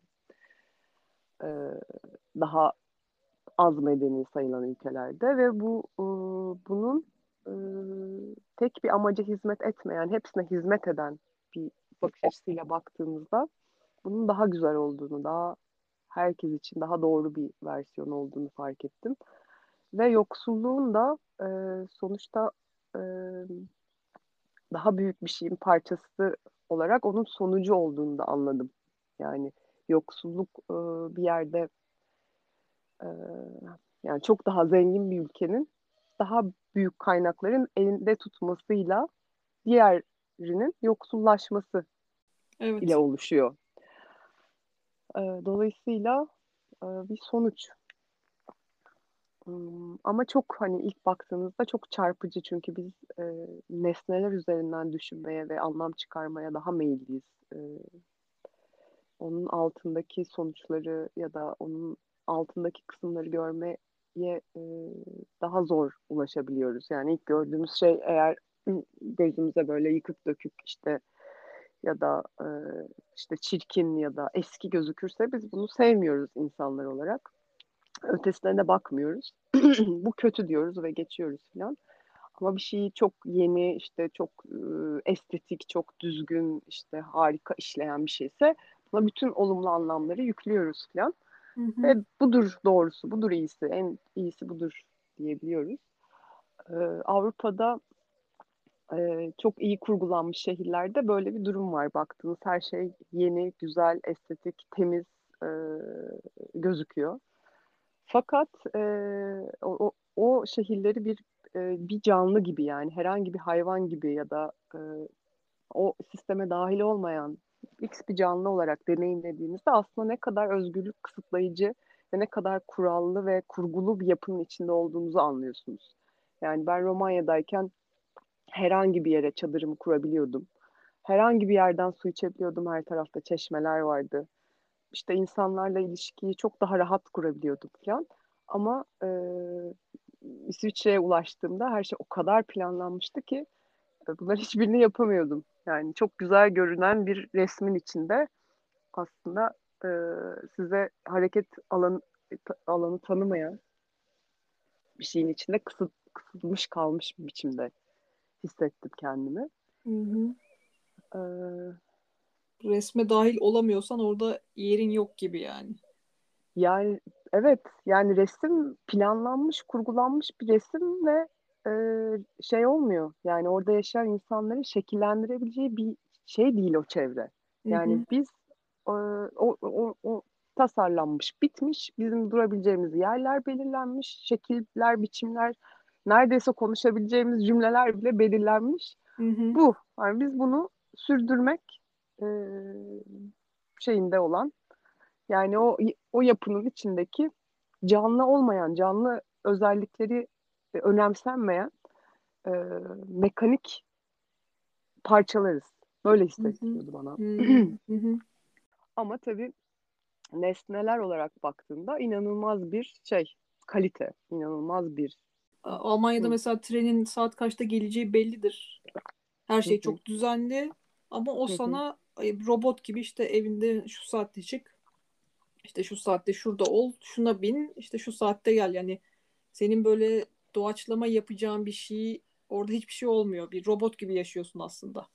Daha az medeni sayılan ülkelerde ve bunun e, tek bir amaca hizmet etmeyen, hepsine hizmet eden bir bakış açısıyla baktığımızda bunun daha güzel olduğunu, daha herkes için daha doğru bir versiyon olduğunu fark ettim. Ve yoksulluğun da sonuçta e, daha büyük bir şeyin parçası olarak onun sonucu olduğunu da anladım. Yani yoksulluk bir yerde e, yani çok daha zengin bir ülkenin daha büyük kaynakların elinde tutmasıyla diğerinin yoksullaşması ile Evet. oluşuyor. Dolayısıyla bir sonuç. Ama çok hani ilk baktığınızda çok çarpıcı çünkü biz nesneler üzerinden düşünmeye ve anlam çıkarmaya daha meyilliyiz. E, Onun altındaki sonuçları ya da onun altındaki kısımları görmeye daha zor ulaşabiliyoruz. Yani ilk gördüğümüz şey eğer gözümüze böyle yıkık dökük işte ya da işte çirkin ya da eski gözükürse biz bunu sevmiyoruz insanlar olarak. Ötesine de bakmıyoruz. Bu kötü diyoruz ve geçiyoruz falan. Ama bir şeyi çok yeni, işte çok estetik, çok düzgün, işte harika işleyen bir şeyse buna bütün olumlu anlamları yüklüyoruz falan. Hı hı. Ve budur doğrusu, budur iyisi, en iyisi budur diyebiliyoruz. Avrupa'da çok iyi kurgulanmış şehirlerde böyle bir durum var. Baktığınız her şey yeni, güzel, estetik, temiz e, gözüküyor. Fakat o şehirleri bir canlı gibi yani herhangi bir hayvan gibi ya da o sisteme dahil olmayan X bir canlı olarak deneyimlediğinizde aslında ne kadar özgürlük kısıtlayıcı ve ne kadar kurallı ve kurgulu bir yapının içinde olduğunuzu anlıyorsunuz. Yani ben Romanya'dayken herhangi bir yere çadırımı kurabiliyordum. Herhangi bir yerden su içebiliyordum. Her tarafta çeşmeler vardı. İşte insanlarla ilişkiyi çok daha rahat kurabiliyordum falan. Ama İsviçre'ye ulaştığımda her şey o kadar planlanmıştı ki bunların hiçbirini yapamıyordum. Yani çok güzel görünen bir resmin içinde aslında e, size hareket alanı tanımayan bir şeyin içinde kısıtılmış kalmış bir biçimde hissettim kendimi. Hı hı. E, Resme dahil olamıyorsan orada yerin yok gibi yani. Yani evet yani resim planlanmış, kurgulanmış bir resim ve şey olmuyor. Yani orada yaşayan insanları şekillendirebileceği bir şey değil o çevre. Hı Yani hı. biz o tasarlanmış, bitmiş, bizim durabileceğimiz yerler belirlenmiş, şekiller, biçimler, neredeyse konuşabileceğimiz cümleler bile belirlenmiş. Hı hı. Bu. Yani biz bunu sürdürmek e, şeyinde olan yani o yapının içindeki canlı olmayan, canlı özellikleri önemsenmeyen e, mekanik parçalarız. Böyle Hı hı. hissettiriyordu bana. Hı hı. Ama tabii nesneler olarak baktığında inanılmaz bir şey, kalite, inanılmaz bir. Almanya'da Hı, mesela trenin saat kaçta geleceği bellidir. Her hı, şey hı, çok düzenli ama o hı, hı. sana robot gibi işte evinde şu saatte çık, işte şu saatte şurada ol, şuna bin, işte şu saatte gel. Yani senin böyle doğaçlama yapacağın bir şey orada hiçbir şey olmuyor. Bir robot gibi yaşıyorsun aslında.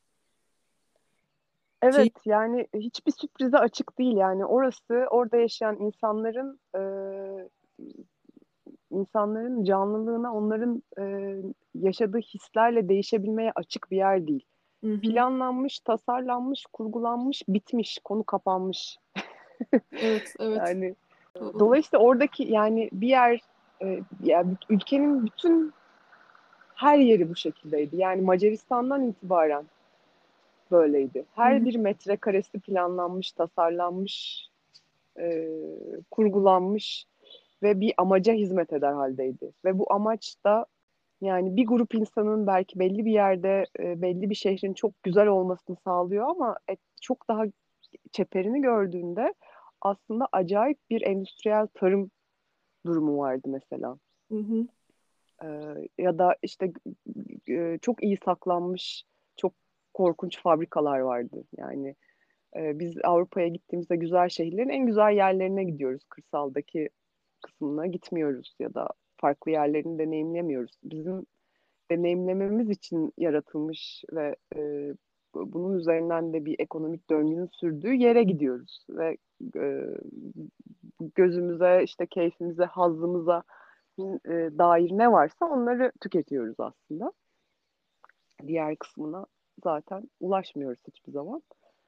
Şey, Evet yani hiçbir sürprize açık değil yani orada yaşayan insanların canlılığına, onların yaşadığı hislerle değişebilmeye açık bir yer değil. hı hı. Planlanmış, tasarlanmış, kurgulanmış, bitmiş, konu kapanmış. Evet, evet. Yani Doğru. dolayısıyla oradaki yani bir yer, yani ülkenin bütün her yeri bu şekildeydi. Yani Macaristan'dan itibaren böyleydi. Hı Her hı. bir metrekaresi planlanmış, tasarlanmış, e, kurgulanmış ve bir amaca hizmet eder haldeydi. Ve bu amaç da yani bir grup insanın belki belli bir yerde belli bir şehrin çok güzel olmasını sağlıyor ama çok daha çeperini gördüğünde aslında acayip bir endüstriyel tarım durumu vardı mesela. Hı hı. Ya da işte çok iyi saklanmış çok korkunç fabrikalar vardı. Yani biz Avrupa'ya gittiğimizde güzel şehirlerin en güzel yerlerine gidiyoruz. Kırsaldaki kısmına gitmiyoruz ya da farklı yerlerini deneyimlemiyoruz. Bizim deneyimlememiz için yaratılmış ve bunun üzerinden de bir ekonomik döngünün sürdüğü yere gidiyoruz ve e, gözümüze, işte keyfimize, hazzımıza dair ne varsa onları tüketiyoruz aslında. Diğer kısmına zaten ulaşmıyoruz hiçbir zaman.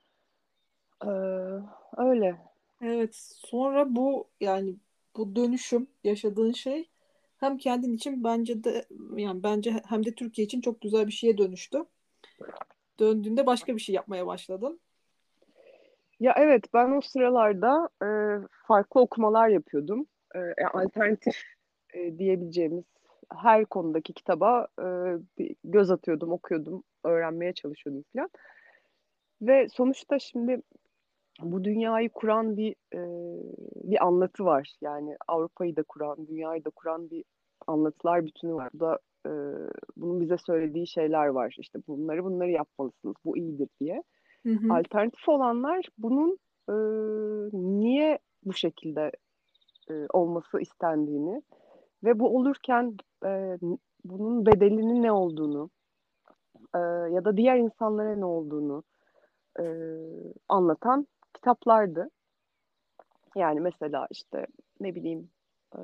Öyle. Evet. Sonra bu yani bu dönüşüm yaşadığın şey hem kendin için bence de yani bence hem de Türkiye için çok güzel bir şeye dönüştü. Döndüğünde başka bir şey yapmaya başladın. Ya evet ben o sıralarda farklı okumalar yapıyordum. Alternatif diyebileceğimiz her konudaki kitaba bir göz atıyordum, okuyordum, öğrenmeye çalışıyordum falan. Ve sonuçta şimdi bu dünyayı kuran bir anlatı var. Yani Avrupa'yı da kuran, dünyayı da kuran bir anlatılar bütünü var. Bu da bunun bize söylediği şeyler var. İşte bunları yapmalısınız, bu iyidir diye. Hı hı. Alternatif olanlar bunun e, niye bu şekilde olması istendiğini ve bu olurken bunun bedelinin ne olduğunu ya da diğer insanlara ne olduğunu e, anlatan kitaplardı. Yani mesela işte ne bileyim e,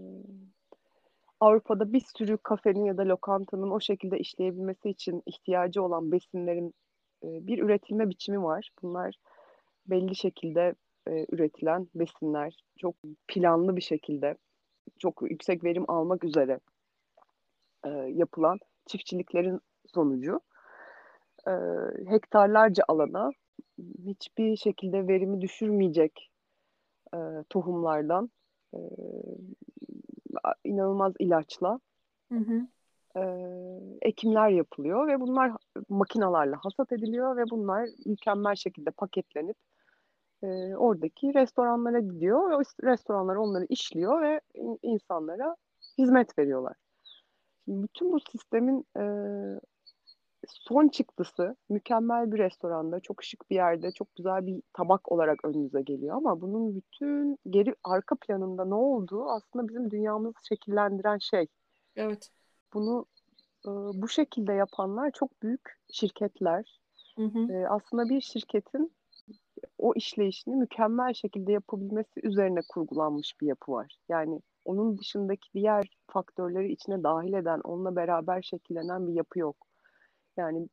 Avrupa'da bir sürü kafenin ya da lokantanın o şekilde işleyebilmesi için ihtiyacı olan besinlerin bir üretilme biçimi var. Bunlar belli şekilde üretilen besinler, çok planlı bir şekilde, çok yüksek verim almak üzere yapılan çiftçiliklerin sonucu e, hektarlarca alana hiçbir şekilde verimi düşürmeyecek e, tohumlardan e, inanılmaz ilaçla Hı hı. e, ekimler yapılıyor ve bunlar makinalarla hasat ediliyor ve bunlar mükemmel şekilde paketlenip oradaki restoranlara gidiyor ve o restoranlar onları işliyor ve insanlara hizmet veriyorlar. Şimdi bütün bu sistemin son çıktısı mükemmel bir restoranda, çok şık bir yerde, çok güzel bir tabak olarak önünüze geliyor ama bunun bütün geri arka planında ne olduğu aslında bizim dünyamızı şekillendiren şey. Evet. Bunu bu şekilde yapanlar çok büyük şirketler. Hı hı. Aslında bir şirketin o işleyişini mükemmel şekilde yapabilmesi üzerine kurgulanmış bir yapı var. Yani onun dışındaki diğer faktörleri içine dahil eden, onunla beraber şekillenen bir yapı yok. Yani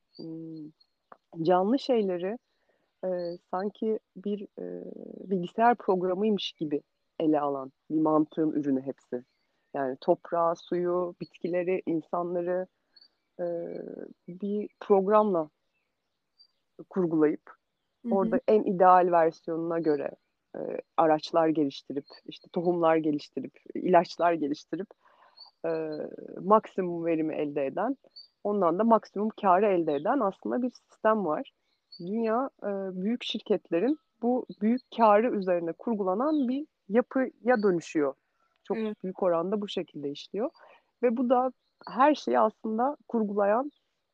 canlı şeyleri sanki bir bilgisayar programıymış gibi ele alan bir mantığın ürünü hepsi. Yani toprağı, suyu, bitkileri, insanları e, bir programla kurgulayıp Hı hı. orada en ideal versiyonuna göre e, araçlar geliştirip, işte tohumlar geliştirip, ilaçlar geliştirip e, maksimum verimi elde eden, ondan da maksimum karı elde eden aslında bir sistem var. Dünya büyük şirketlerin bu büyük karı üzerine kurgulanan bir yapıya dönüşüyor. Çok Evet. büyük oranda bu şekilde işliyor. Ve bu da her şeyi aslında kurgulayan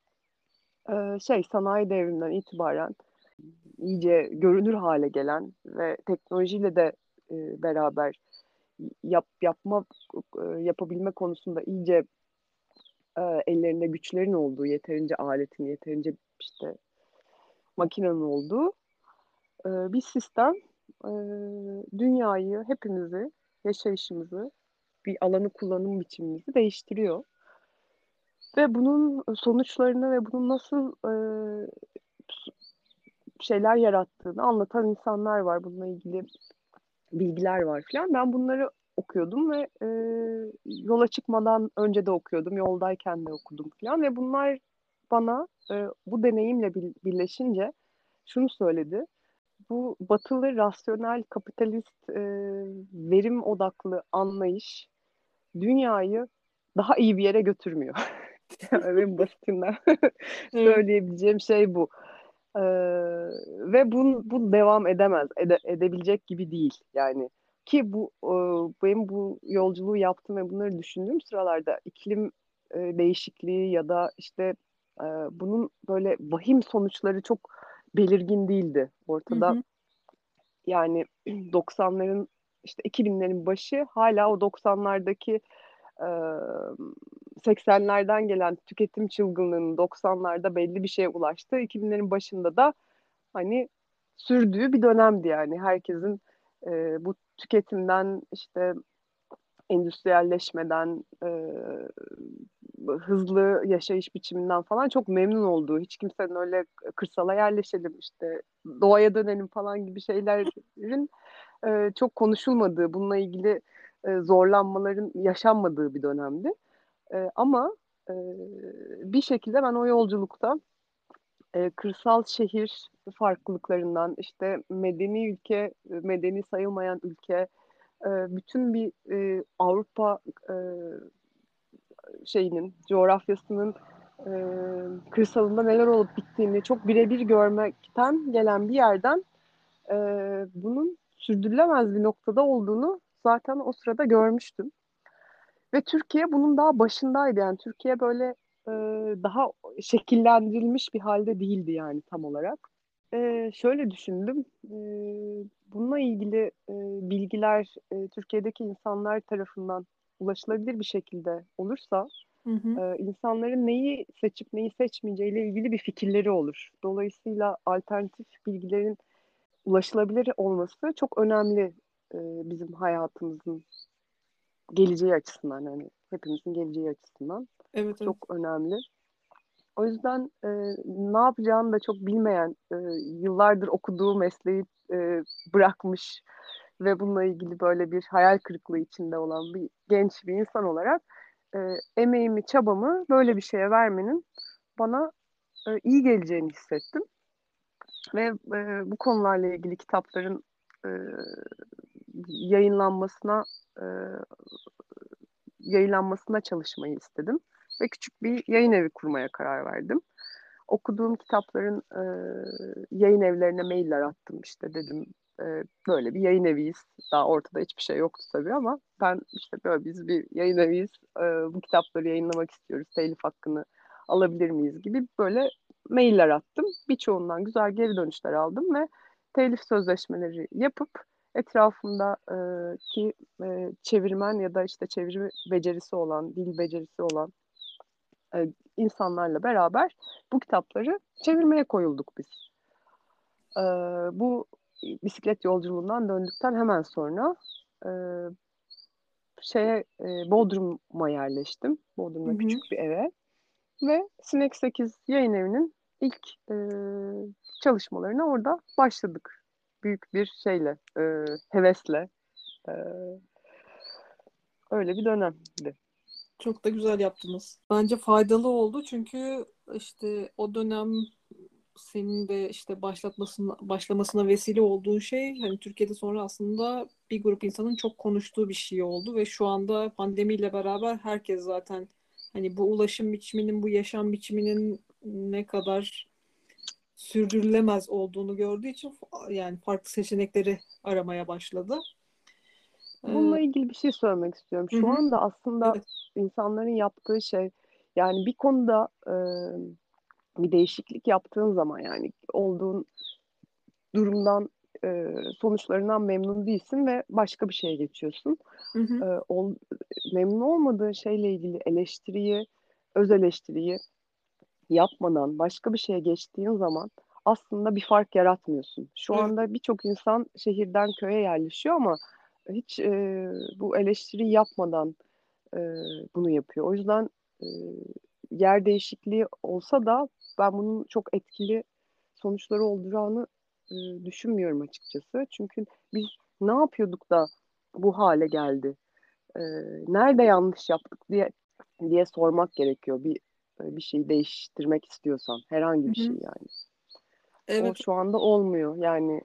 sanayi devriminden itibaren iyice görünür hale gelen ve teknolojiyle de beraber yapabilme konusunda iyice ellerinde güçlerin olduğu, yeterince aletin, yeterince işte makinenin olduğu bir sistem e, dünyayı, hepimizi, yaşayışımızı, bir alanı kullanım biçimimizi değiştiriyor. Ve bunun sonuçlarını ve bunun nasıl şeyler yarattığını anlatan insanlar var. Bununla ilgili bilgiler var falan. Ben bunları okuyordum ve yola çıkmadan önce de okuyordum, yoldayken de okudum falan ve bunlar bana bu deneyimle birleşince şunu söyledi. Bu batılı rasyonel kapitalist verim odaklı anlayış dünyayı daha iyi bir yere götürmüyor. Yani en basitinden Evet. söyleyebileceğim şey bu. Ee, ve bu devam edemez, edebilecek gibi değil yani. Ki benim bu yolculuğu yaptım ve bunları düşündüğüm sıralarda iklim değişikliği ya da işte bunun böyle vahim sonuçları çok belirgin değildi. Hı Ortada hı. yani 90'ların işte 2000'lerin başı hala o 90'lardaki e, 80'lerden gelen tüketim çılgınlığının 90'larda belli bir şeye ulaştı. 2000'lerin başında da hani sürdüğü bir dönemdi yani. Herkesin bu tüketimden işte endüstriyelleşmeden hızlı yaşayış biçiminden falan çok memnun olduğu, hiç kimsenin öyle kırsala yerleşelim işte doğaya dönelim falan gibi şeylerin çok konuşulmadığı, bununla ilgili zorlanmaların yaşanmadığı bir dönemdi. Ama e, bir şekilde ben o yolculukta kırsal şehir farklılıklarından işte medeni ülke, medeni sayılmayan ülke, bütün bir Avrupa coğrafyasının e, kırsalında neler olup bittiğini çok birebir görmekten gelen bir yerden e, bunun sürdürülemez bir noktada olduğunu zaten o sırada görmüştüm. Ve Türkiye bunun daha başındaydı. Yani Türkiye böyle e, daha şekillendirilmiş bir halde değildi yani tam olarak. Şöyle düşündüm. Bununla ilgili bilgiler Türkiye'deki insanlar tarafından ulaşılabilir bir şekilde olursa Hı hı. insanların neyi seçip neyi seçmeyeceğiyle ilgili bir fikirleri olur. Dolayısıyla alternatif bilgilerin ulaşılabilir olması çok önemli bizim hayatımızın geleceği açısından, yani hepimizin geleceği açısından Evet, evet. çok önemli. O yüzden ne yapacağını da çok bilmeyen, yıllardır okuduğu mesleği bırakmış ve bununla ilgili böyle bir hayal kırıklığı içinde olan bir genç bir insan olarak e, emeğimi, çabamı böyle bir şeye vermenin bana iyi geleceğini hissettim. Ve bu konularla ilgili kitapların e, yayınlanmasına e, yayınlanmasına çalışmayı istedim. Ve küçük bir yayın evi kurmaya karar verdim. Okuduğum kitapların yayın evlerine mailler attım, işte dedim e, böyle bir yayın eviyiz. Daha ortada hiçbir şey yoktu tabii ama ben işte böyle biz bir yayın eviyiz. Bu kitapları yayınlamak istiyoruz. Telif hakkını alabilir miyiz gibi böyle mailler attım. Birçoğundan güzel geri dönüşler aldım ve telif sözleşmeleri yapıp etrafımda ki çevirmen ya da işte çeviri becerisi olan, dil becerisi olan insanlarla beraber bu kitapları çevirmeye koyulduk biz. E, Bu bisiklet yolculuğundan döndükten hemen sonra e, Bodrum'a yerleştim. Hı Bodrum'da hı. küçük bir eve ve Sinek 8 yayın evinin ilk çalışmalarına orada başladık. Büyük bir hevesle. E, Öyle bir dönemdi. Çok da güzel yaptınız. Bence faydalı oldu çünkü işte o dönem senin de işte başlamasına vesile olduğun şey hani Türkiye'de sonra aslında bir grup insanın çok konuştuğu bir şey oldu ve şu anda pandemiyle beraber herkes zaten hani bu ulaşım biçiminin, bu yaşam biçiminin ne kadar sürdürülemez olduğunu gördüğü için yani farklı seçenekleri aramaya başladı. Bununla Ee, ilgili bir şey söylemek istiyorum. hı Şu hı, anda aslında evet. insanların yaptığı şey, yani bir konuda bir değişiklik yaptığın zaman, yani olduğun durumdan sonuçlarından memnun değilsin ve başka bir şeye geçiyorsun. Hı hı, E, ol, Memnun olmadığın şeyle ilgili öz eleştiriyi yapmadan başka bir şeye geçtiğin zaman aslında bir fark yaratmıyorsun. Şu evet. anda birçok insan şehirden köye yerleşiyor ama hiç bu eleştiriyi yapmadan e, bunu yapıyor. O yüzden e, yer değişikliği olsa da ben bunun çok etkili sonuçları olacağını düşünmüyorum açıkçası. Çünkü biz ne yapıyorduk da bu hale geldi? E, Nerede yanlış yaptık diye sormak gerekiyor. Bir şeyi değiştirmek istiyorsan, herhangi Hı bir şey hı. yani. O Evet. şu anda olmuyor. Yani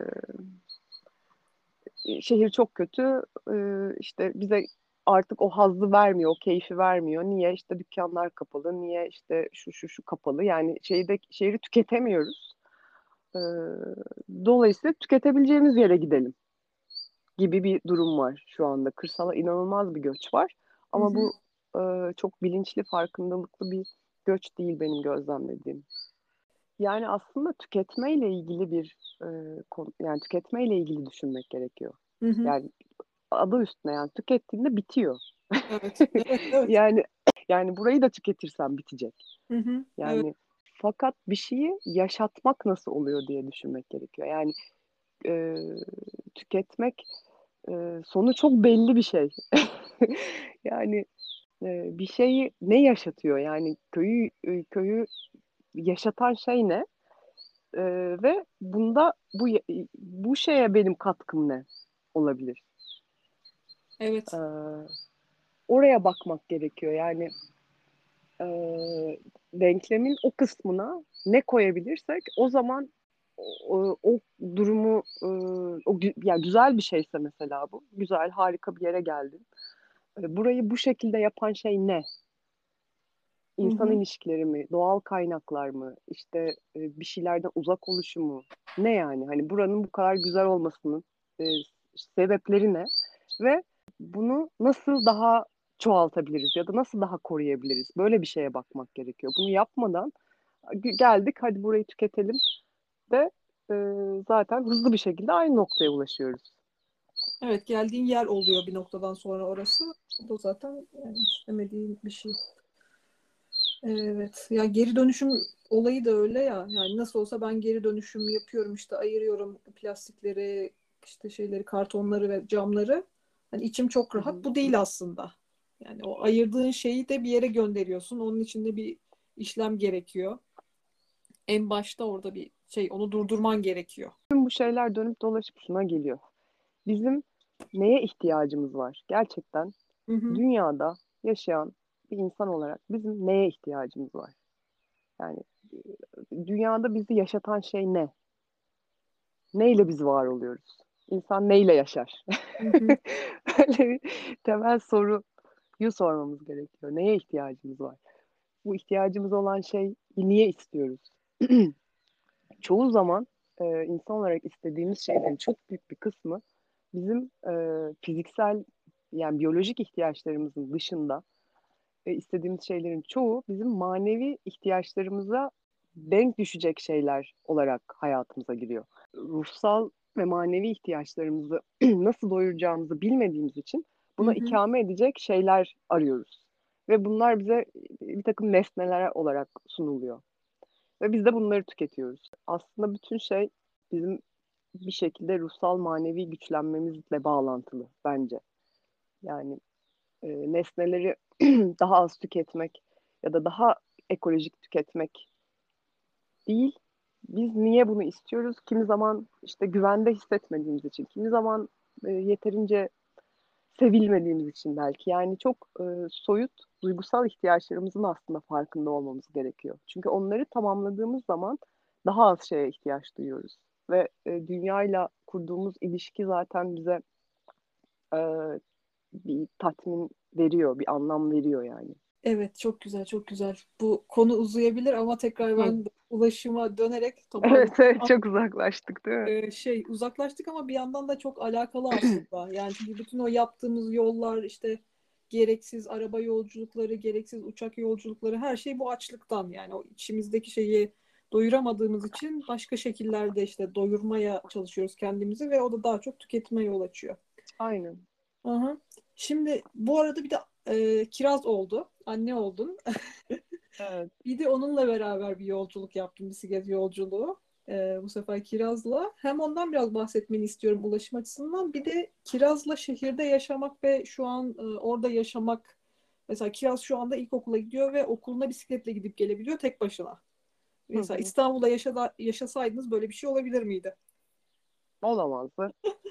şehir çok kötü. İşte bize artık o hazzı vermiyor, o keyfi vermiyor. Niye? İşte dükkanlar kapalı, niye işte şu kapalı. Yani şehri tüketemiyoruz. Ee, Dolayısıyla tüketebileceğimiz yere gidelim gibi bir durum var şu anda. Kırsala inanılmaz bir göç var. Hı Ama hı. bu çok bilinçli, farkındalıklı bir göç değil benim gözlemlediğim. Yani aslında tüketmeyle ilgili yani tüketmeyle ilgili düşünmek gerekiyor. Hı hı. Yani adı üstüne, yani tükettiğinde bitiyor. Evet. Evet, evet. Yani burayı da tüketirsen bitecek. Hı hı. Evet. Yani fakat bir şeyi yaşatmak nasıl oluyor diye düşünmek gerekiyor. Yani e, tüketmek sonu çok belli bir şey. Yani bir şeyi ne yaşatıyor? Yani köyü yaşatan şey ne? E, Ve bu şeye benim katkım ne olabilir? Evet. E, Oraya bakmak gerekiyor. Yani denklemin o kısmına ne koyabilirsek o zaman o durumu yani güzel bir şeyse mesela bu. Güzel, harika bir yere geldin. Burayı bu şekilde yapan şey ne? Hı İnsan hı. ilişkileri mi? Doğal kaynaklar mı? İşte bir şeylerden uzak oluşu mu? Ne yani? Hani buranın bu kadar güzel olmasının e, sebepleri ne? Ve bunu nasıl daha çoğaltabiliriz ya da nasıl daha koruyabiliriz? Böyle bir şeye bakmak gerekiyor. Bunu yapmadan geldik hadi burayı tüketelim de e, zaten hızlı bir şekilde aynı noktaya ulaşıyoruz. Evet, geldiğin yer oluyor bir noktadan sonra orası. Bu da zaten yani istemediğin bir şey. Evet. Ya geri dönüşüm olayı da öyle ya. Yani nasıl olsa ben geri dönüşüm yapıyorum, işte ayırıyorum plastikleri, işte şeyleri, kartonları ve camları. Hani içim çok Hı rahat. hı. Bu değil aslında. Yani o ayırdığın şeyi de bir yere gönderiyorsun. Onun için de bir işlem gerekiyor. En başta orada bir şey, onu durdurman gerekiyor. Tüm bu şeyler dönüp dolaşıp şuna geliyor. Bizim neye ihtiyacımız var? Gerçekten Hı hı. dünyada yaşayan bir insan olarak bizim neye ihtiyacımız var? Yani dünyada bizi yaşatan şey ne? Neyle biz var oluyoruz? İnsan neyle yaşar? Hı hı. Böyle bir temel soruyu sormamız gerekiyor. Neye ihtiyacımız var? Bu ihtiyacımız olan şeyi niye istiyoruz? Çoğu zaman insan olarak istediğimiz şeylerin çok büyük bir kısmı bizim fiziksel yani biyolojik ihtiyaçlarımızın dışında istediğimiz şeylerin çoğu bizim manevi ihtiyaçlarımıza denk düşecek şeyler olarak hayatımıza giriyor. Ruhsal ve manevi ihtiyaçlarımızı nasıl doyuracağımızı bilmediğimiz için Hı buna hı. ikame edecek şeyler arıyoruz. Ve bunlar bize bir takım nesneler olarak sunuluyor. Ve biz de bunları tüketiyoruz. Aslında bütün şey bizim bir şekilde ruhsal manevi güçlenmemizle bağlantılı bence. Yani nesneleri daha az tüketmek ya da daha ekolojik tüketmek değil. Biz niye bunu istiyoruz? Kimi zaman işte güvende hissetmediğimiz için, kimi zaman yeterince sevilmediğimiz için belki. Yani çok soyut duygusal ihtiyaçlarımızın aslında farkında olmamız gerekiyor. Çünkü onları tamamladığımız zaman daha az şeye ihtiyaç duyuyoruz. Ve dünyayla kurduğumuz ilişki zaten bize e, bir tatmin veriyor, bir anlam veriyor yani. Evet, çok güzel, çok güzel. Bu konu uzayabilir ama tekrar Hı. ben ulaşıma dönerek toparlayayım. Evet, evet çok uzaklaştık değil mi? Şey, uzaklaştık ama bir yandan da çok alakalı aslında. Yani çünkü bütün o yaptığımız yollar, işte gereksiz araba yolculukları, gereksiz uçak yolculukları, her şey bu açlıktan. Yani o içimizdeki şeyi doyuramadığımız için başka şekillerde işte doyurmaya çalışıyoruz kendimizi ve o da daha çok tüketime yol açıyor. Aynen. Aha. Şimdi bu arada bir de kiraz oldu. Anne oldun. Evet. Bir de onunla beraber bir yolculuk yaptım. Bisiklet yolculuğu. Bu sefer Kiraz'la. Hem ondan biraz bahsetmeni istiyorum ulaşım açısından. Bir de Kiraz'la şehirde yaşamak ve şu an orada yaşamak. Mesela Kiraz şu anda ilkokula gidiyor ve okuluna bisikletle gidip gelebiliyor tek başına. Hı Mesela hı. İstanbul'da yaşasaydınız böyle bir şey olabilir miydi? Olamazdı.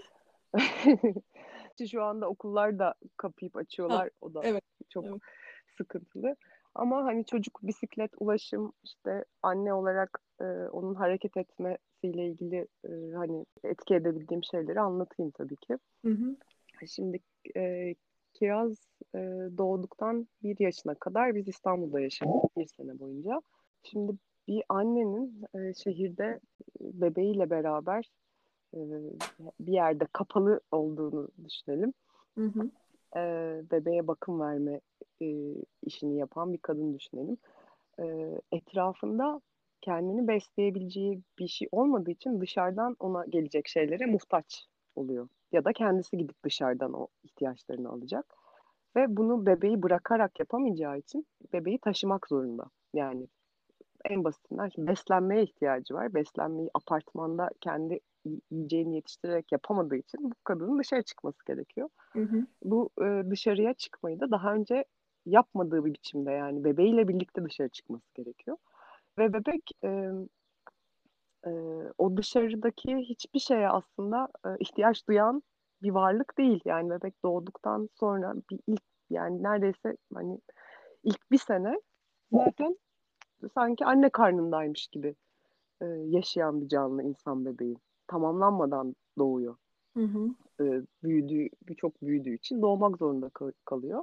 Şu anda okullar da kapayıp Ha, açıyorlar. O da evet. çok Evet. sıkıntılı. Ama hani çocuk bisiklet, ulaşım, işte anne olarak onun hareket etmesiyle ilgili hani etki edebildiğim şeyleri anlatayım tabii ki. Hı hı. Şimdi e, Kiraz e, doğduktan 1 yaşına kadar biz İstanbul'da yaşadık 1 sene boyunca. Şimdi bir annenin şehirde bebeğiyle beraber e, bir yerde kapalı olduğunu düşünelim. Hı hı. E, Bebeğe bakım verme işini yapan bir kadın düşünelim. Etrafında kendini besleyebileceği bir şey olmadığı için dışarıdan ona gelecek şeylere muhtaç oluyor. Ya da kendisi gidip dışarıdan o ihtiyaçlarını alacak. Ve bunu bebeği bırakarak yapamayacağı için bebeği taşımak zorunda. Yani en basitinden şimdi beslenmeye ihtiyacı var. Beslenmeyi apartmanda kendi yiyeceğini yetiştirerek yapamadığı için bu kadının dışarı çıkması gerekiyor. Hı hı. Bu dışarıya çıkmayı da daha önce yapmadığı bir biçimde yani bebeğiyle birlikte dışarı çıkması gerekiyor. Ve bebek e, o dışarıdaki hiçbir şeye aslında ihtiyaç duyan bir varlık değil. Yani bebek doğduktan sonra bir ilk yani neredeyse hani ilk 1 sene zaten sanki anne karnındaymış gibi yaşayan bir canlı insan bebeği. Tamamlanmadan doğuyor. Hı hı. Çok büyüdüğü için doğmak zorunda kalıyor.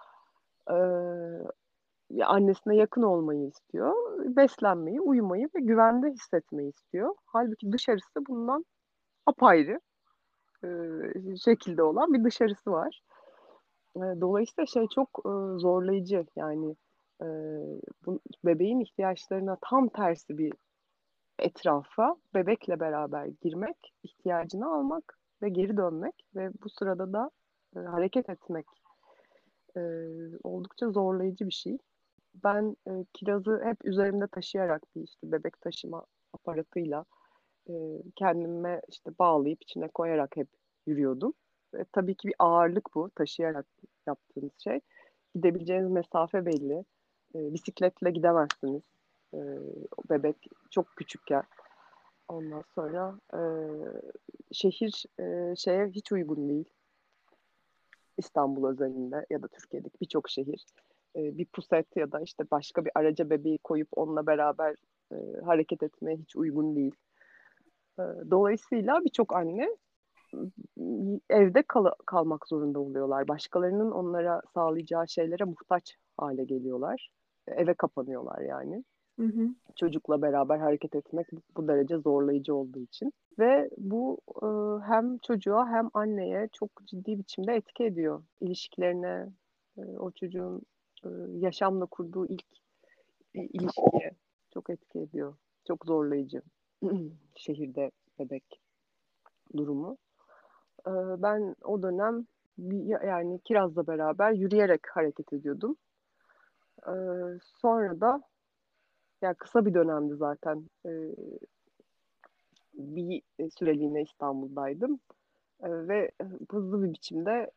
Annesine yakın olmayı istiyor, beslenmeyi, uyumayı ve güvende hissetmeyi istiyor. Halbuki dışarısı bundan apayrı şekilde olan bir dışarısı var. Dolayısıyla çok zorlayıcı. Yani e, bebeğin ihtiyaçlarına tam tersi bir etrafa bebekle beraber girmek, ihtiyacını almak ve geri dönmek ve bu sırada da hareket etmek e, oldukça zorlayıcı bir şey. Ben kirazı hep üzerimde taşıyarak bir işte bebek taşıma aparatıyla kendime işte bağlayıp içine koyarak hep yürüyordum. Tabii ki bir ağırlık bu taşıyarak yaptığınız şey. Gidebileceğiniz mesafe belli. Bisikletle gidemezsiniz. E, Bebek çok küçükken. Ondan sonra şehir şeye hiç uygun değil. İstanbul özelinde ya da Türkiye'deki birçok şehir. Bir puset ya da işte başka bir araca bebeği koyup onunla beraber hareket etmeye hiç uygun değil. Dolayısıyla birçok anne evde kalmak zorunda oluyorlar. Başkalarının onlara sağlayacağı şeylere muhtaç hale geliyorlar. Eve kapanıyorlar yani. Hı hı. Çocukla beraber hareket etmek bu derece zorlayıcı olduğu için. Ve bu hem çocuğa hem anneye çok ciddi biçimde etki ediyor. İlişkilerine, o çocuğun yaşamla kurduğu ilk ilişkiye çok etki ediyor. Çok zorlayıcı şehirde bebek durumu. Ben o dönem yani Kiraz'la beraber yürüyerek hareket ediyordum. Sonra da yani kısa bir dönemdi zaten. Bir süreliğine İstanbul'daydım. Ve hızlı bir biçimde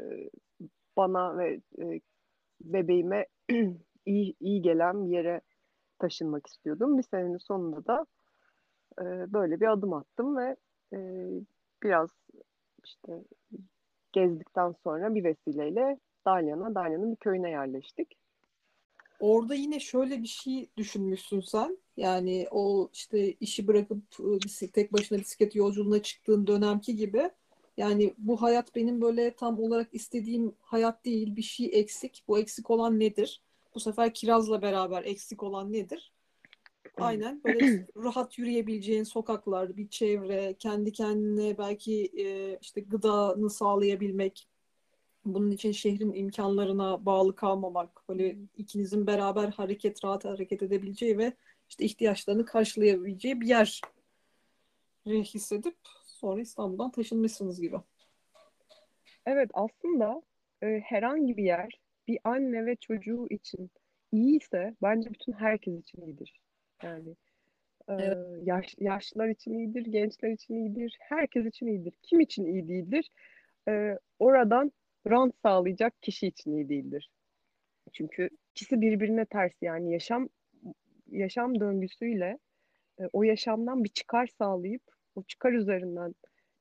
bana ve bebeğime iyi gelen bir yere taşınmak istiyordum. Bir senenin sonunda da böyle bir adım attım ve e, biraz işte gezdikten sonra bir vesileyle Dalyan'ın bir köyüne yerleştik. Orada yine şöyle bir şey düşünmüşsün sen. Yani o işte işi bırakıp tek başına bisiklet yolculuğuna çıktığın dönemki gibi. Yani bu hayat benim böyle tam olarak istediğim hayat değil. Bir şey eksik. Bu eksik olan nedir? Bu sefer kirazla beraber eksik olan nedir? Aynen böyle rahat yürüyebileceğin sokaklar, bir çevre, kendi kendine belki işte gıdanı sağlayabilmek, bunun için şehrin imkanlarına bağlı kalmamak, böyle ikinizin beraber rahat hareket edebileceği ve işte ihtiyaçlarını karşılayabileceği bir yer hissedip sonra İstanbul'dan taşınmışsınız gibi. Evet, aslında herhangi bir yer bir anne ve çocuğu için iyiyse bence bütün herkes için iyidir. Yani e, Evet. yaşlılar için iyidir, gençler için iyidir, herkes için iyidir. Kim için iyi değildir? Oradan rant sağlayacak kişi için iyi değildir. Çünkü ikisi birbirine ters, yani yaşam döngüsüyle o yaşamdan bir çıkar sağlayıp o çıkar üzerinden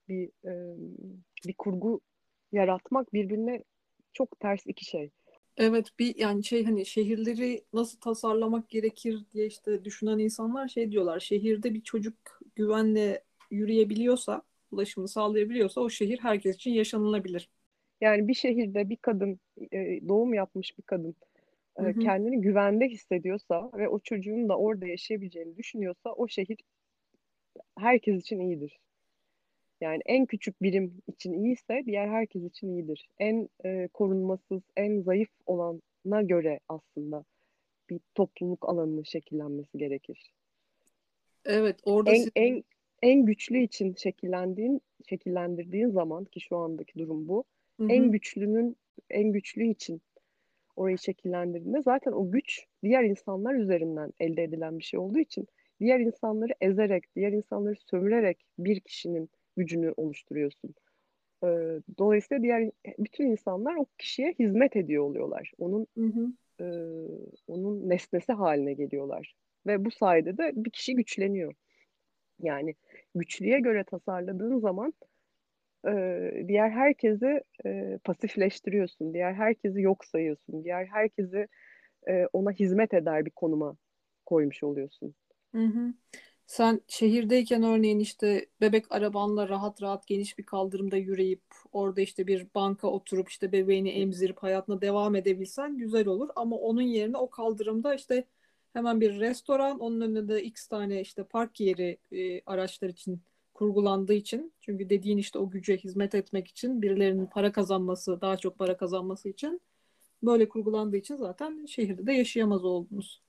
bir kurgu yaratmak birbirine çok ters iki şey. Evet, bir yani şey hani şehirleri nasıl tasarlamak gerekir diye işte düşünen insanlar şey diyorlar. Şehirde bir çocuk güvenle yürüyebiliyorsa, ulaşımını sağlayabiliyorsa o şehir herkes için yaşanılabilir. Yani bir şehirde bir kadın, doğum yapmış bir kadın Hı hı. kendini güvende hissediyorsa ve o çocuğun da orada yaşayabileceğini düşünüyorsa o şehir herkes için iyidir. Yani en küçük birim için iyiyse diğer herkes için iyidir. En korunmasız, en zayıf olana göre aslında bir topluluk alanının şekillenmesi gerekir. Evet, orada En siz. en en güçlü için şekillendirdiğin zaman ki şu andaki durum bu. Hı En hı. güçlünün en güçlü için orayı şekillendirdiğinde zaten o güç diğer insanlar üzerinden elde edilen bir şey olduğu için diğer insanları ezerek, diğer insanları sömürerek bir kişinin gücünü oluşturuyorsun. Dolayısıyla bütün insanlar o kişiye hizmet ediyor oluyorlar. Hı hı. E, Onun nesnesi haline geliyorlar. Ve bu sayede de bir kişi güçleniyor. Yani güçlüye göre tasarladığın zaman diğer herkesi pasifleştiriyorsun. Diğer herkesi yok sayıyorsun. Diğer herkesi ona hizmet eder bir konuma koymuş oluyorsun. Hı hı. Sen şehirdeyken örneğin işte bebek arabanla rahat rahat geniş bir kaldırımda yürüyüp orada işte bir banka oturup işte bebeğini emzirip hayatına devam edebilsen güzel olur. Ama onun yerine o kaldırımda işte hemen bir restoran, onun önünde de X tane işte park yeri araçlar için kurgulandığı için. Çünkü dediğin işte o güce hizmet etmek için birilerinin para kazanması, daha çok para kazanması için böyle kurgulandığı için zaten şehirde de yaşayamaz oldunuz.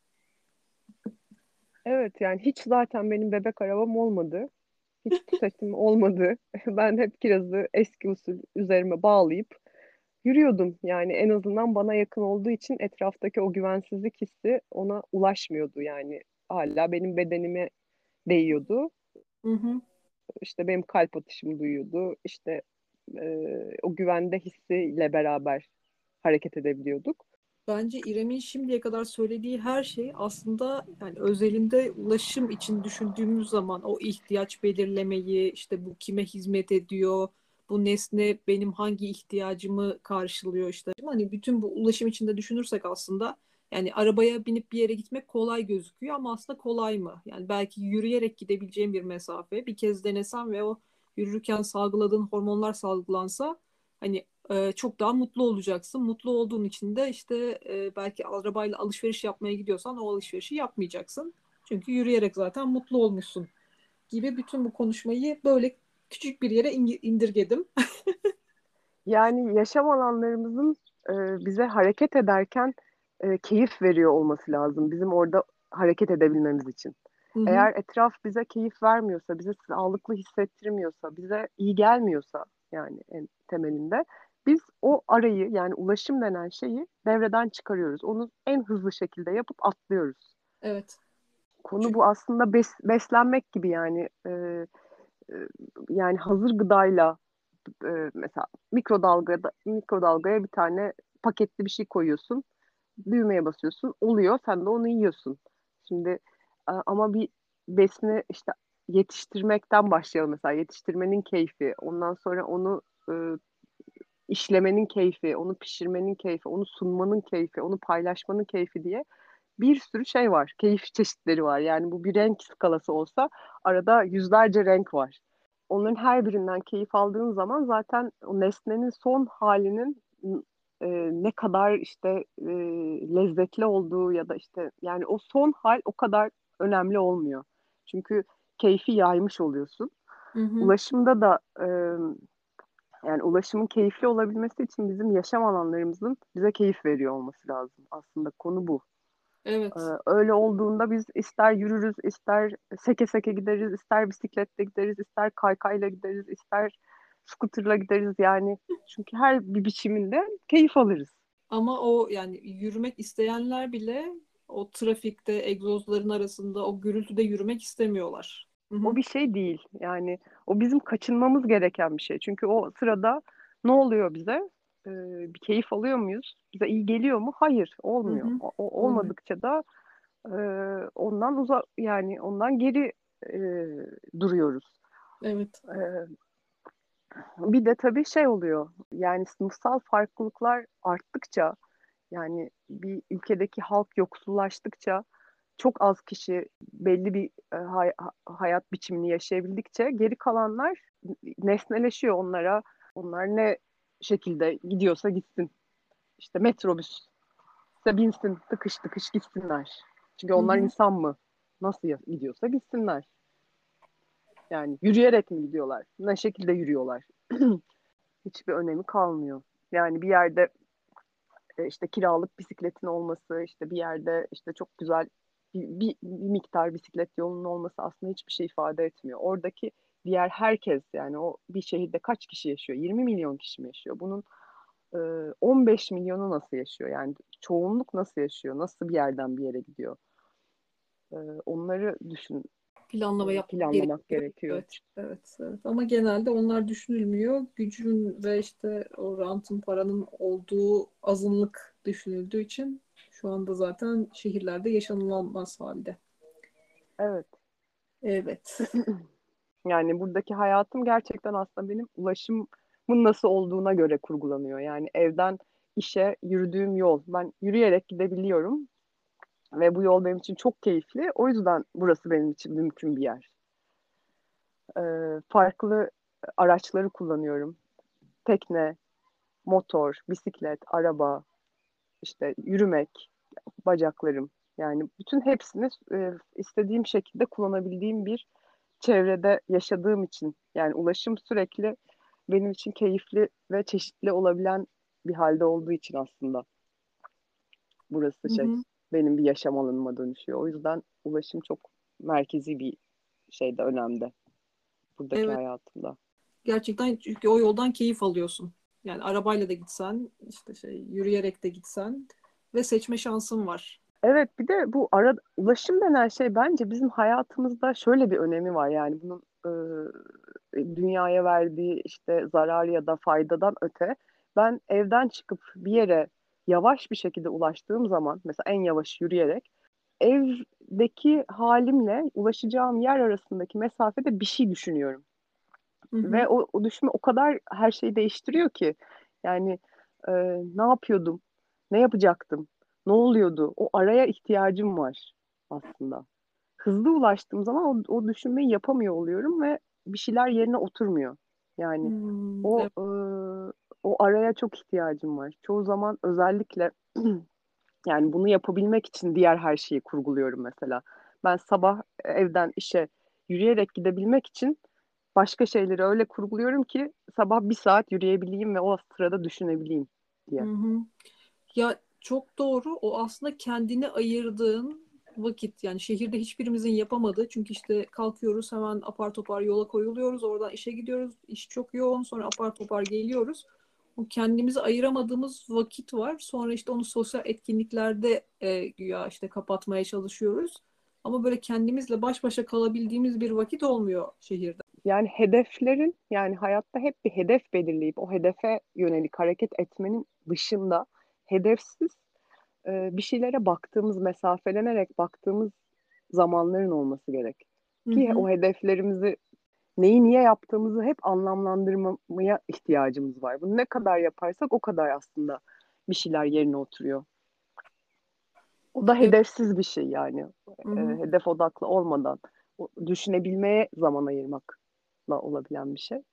Evet, yani hiç zaten benim bebek arabam olmadı. Hiç pusetim olmadı. Ben hep kirazı eski usul üzerime bağlayıp yürüyordum. Yani en azından bana yakın olduğu için etraftaki o güvensizlik hissi ona ulaşmıyordu. Yani hala benim bedenime değiyordu. Hı hı. İşte benim kalp atışımı duyuyordu. İşte o güvende hissiyle beraber hareket edebiliyorduk. Bence İrem'in şimdiye kadar söylediği her şey aslında yani özelinde ulaşım için düşündüğümüz zaman o ihtiyaç belirlemeyi, işte bu kime hizmet ediyor, bu nesne benim hangi ihtiyacımı karşılıyor işte. Hani bütün bu ulaşım içinde düşünürsek aslında yani arabaya binip bir yere gitmek kolay gözüküyor ama aslında kolay mı? Yani belki yürüyerek gidebileceğim bir mesafe. Bir kez denesem ve o yürürken salgıladığın hormonlar salgılansa hani çok daha mutlu olacaksın. Mutlu olduğun için de işte belki arabayla alışveriş yapmaya gidiyorsan o alışverişi yapmayacaksın. Çünkü yürüyerek zaten mutlu olmuşsun gibi bütün bu konuşmayı böyle küçük bir yere indirgedim. Yani yaşam alanlarımızın bize hareket ederken keyif veriyor olması lazım. Bizim orada hareket edebilmemiz için. Hı hı, Eğer etraf bize keyif vermiyorsa, bize sağlıklı hissettirmiyorsa, bize iyi gelmiyorsa yani en temelinde biz o arayı yani ulaşım denen şeyi devreden çıkarıyoruz. Onu en hızlı şekilde yapıp atlıyoruz. evet. Konu Çünkü bu aslında beslenmek gibi yani e, yani hazır gıdayla mesela mikrodalgaya bir tane paketli bir şey koyuyorsun. Düğmeye basıyorsun. Oluyor. Sen de onu yiyorsun. Şimdi ama bir besini işte yetiştirmekten başlayalım mesela. Yetiştirmenin keyfi. Ondan sonra onu işlemenin keyfi, onu pişirmenin keyfi, onu sunmanın keyfi, onu paylaşmanın keyfi diye bir sürü şey var. Keyif çeşitleri var. Yani bu bir renk skalası olsa arada yüzlerce renk var. Onların her birinden keyif aldığın zaman zaten o nesnenin son halinin ne kadar işte lezzetli olduğu ya da işte yani o son hal o kadar önemli olmuyor. Çünkü keyfi yaymış oluyorsun. hı hı, Ulaşımda da yani ulaşımın keyifli olabilmesi için bizim yaşam alanlarımızın bize keyif veriyor olması lazım. Aslında konu bu. evet. Öyle olduğunda biz ister yürürüz, ister seke seke gideriz, ister bisikletle gideriz, ister kaykayla gideriz, ister scooterla gideriz yani. Çünkü her bir biçiminde keyif alırız. Ama o yani yürümek isteyenler bile o trafikte, egzozların arasında, o gürültüde yürümek istemiyorlar. Hı O hı, bir şey değil. Yani o bizim kaçınmamız gereken bir şey. Çünkü o sırada ne oluyor bize? Bir keyif alıyor muyuz? Bize iyi geliyor mu? Hayır, hı olmuyor. hı. O Olmuyor. olmadıkça da ondan uzak yani ondan geri duruyoruz. Evet. Bir de tabii şey oluyor. Yani sınıfsal farklılıklar arttıkça yani bir ülkedeki halk yoksullaştıkça çok az kişi belli bir hayat biçimini yaşayabildikçe geri kalanlar nesneleşiyor onlara. Onlar ne şekilde gidiyorsa gitsin. İşte metrobüs binsin tıkış tıkış gitsinler. Çünkü Hı onlar hı. insan mı? Nasıl gidiyorsa gitsinler. Yani yürüyerek mi gidiyorlar? Ne şekilde yürüyorlar? Hiçbir önemi kalmıyor. Yani bir yerde işte kiralık bisikletin olması, işte bir yerde işte çok güzel bir miktar bisiklet yolunun olması aslında hiçbir şey ifade etmiyor. Oradaki diğer herkes yani o bir şehirde kaç kişi yaşıyor? 20 milyon kişi mi yaşıyor? Bunun 15 milyonu nasıl yaşıyor? Yani çoğunluk nasıl yaşıyor? Nasıl bir yerden bir yere gidiyor? E, Onları Planlama yapmak planlamak gerekiyor. gerekiyor. Evet, evet, evet. Ama genelde onlar düşünülmüyor. Gücün ve işte o rantın, paranın olduğu azınlık düşünüldüğü için şu anda zaten şehirlerde yaşanılamaz halde. Evet. Evet. Yani buradaki hayatım gerçekten aslında benim ulaşımın nasıl olduğuna göre kurgulanıyor. Yani evden işe yürüdüğüm yol. Ben yürüyerek gidebiliyorum. Ve bu yol benim için çok keyifli. O yüzden burası benim için mümkün bir yer. Farklı araçları kullanıyorum. Tekne, motor, bisiklet, araba, işte yürümek, bacaklarım. Yani bütün hepsini istediğim şekilde kullanabildiğim bir çevrede yaşadığım için. Yani ulaşım sürekli benim için keyifli ve çeşitli olabilen bir halde olduğu için aslında burası Hı hı. benim bir yaşam alanıma dönüşüyor. O yüzden ulaşım çok merkezi bir şeyde önemli buradaki Evet, hayatımda. gerçekten çünkü o yoldan keyif alıyorsun. Yani arabayla da gitsen, işte yürüyerek de gitsen ve seçme şansın var. Evet, bir de bu ulaşım denen şey bence bizim hayatımızda şöyle bir önemi var. Yani bunun dünyaya verdiği işte zarar ya da faydadan öte, ben evden çıkıp bir yere yavaş bir şekilde ulaştığım zaman, mesela en yavaş yürüyerek, evdeki halimle ulaşacağım yer arasındaki mesafede bir şey düşünüyorum. Hı Ve hı. o düşünme o kadar her şeyi değiştiriyor ki. Yani e, ne yapıyordum, ne yapacaktım, ne oluyordu, o araya ihtiyacım var aslında. Hızlı ulaştığım zaman o düşünmeyi yapamıyor oluyorum ve bir şeyler yerine oturmuyor. Yani o Evet. o araya çok ihtiyacım var. Çoğu zaman özellikle yani bunu yapabilmek için diğer her şeyi kurguluyorum mesela. Ben sabah evden işe yürüyerek gidebilmek için başka şeyleri öyle kurguluyorum ki sabah bir saat yürüyebileyim ve o sırada düşünebileyim Hı diye. hı. Ya çok doğru. O aslında kendine ayırdığın vakit. Yani şehirde hiçbirimizin yapamadığı. Çünkü işte kalkıyoruz hemen apar topar yola koyuluyoruz. Oradan işe gidiyoruz. İş çok yoğun. Sonra apar topar geliyoruz. O kendimizi ayıramadığımız vakit var. Sonra işte onu sosyal etkinliklerde güya işte kapatmaya çalışıyoruz. Ama böyle kendimizle baş başa kalabildiğimiz bir vakit olmuyor şehirde. Yani hedeflerin, yani hayatta hep bir hedef belirleyip o hedefe yönelik hareket etmenin dışında hedefsiz bir şeylere baktığımız, mesafelenerek baktığımız zamanların olması gerek. Hı Ki hı. o hedeflerimizi, neyi niye yaptığımızı hep anlamlandırmaya ihtiyacımız var. Bunu ne kadar yaparsak o kadar aslında bir şeyler yerine oturuyor. O da Evet. hedefsiz bir şey yani. Hı hı. Hedef odaklı olmadan düşünebilmeye zaman ayırmakla olabilen bir şey.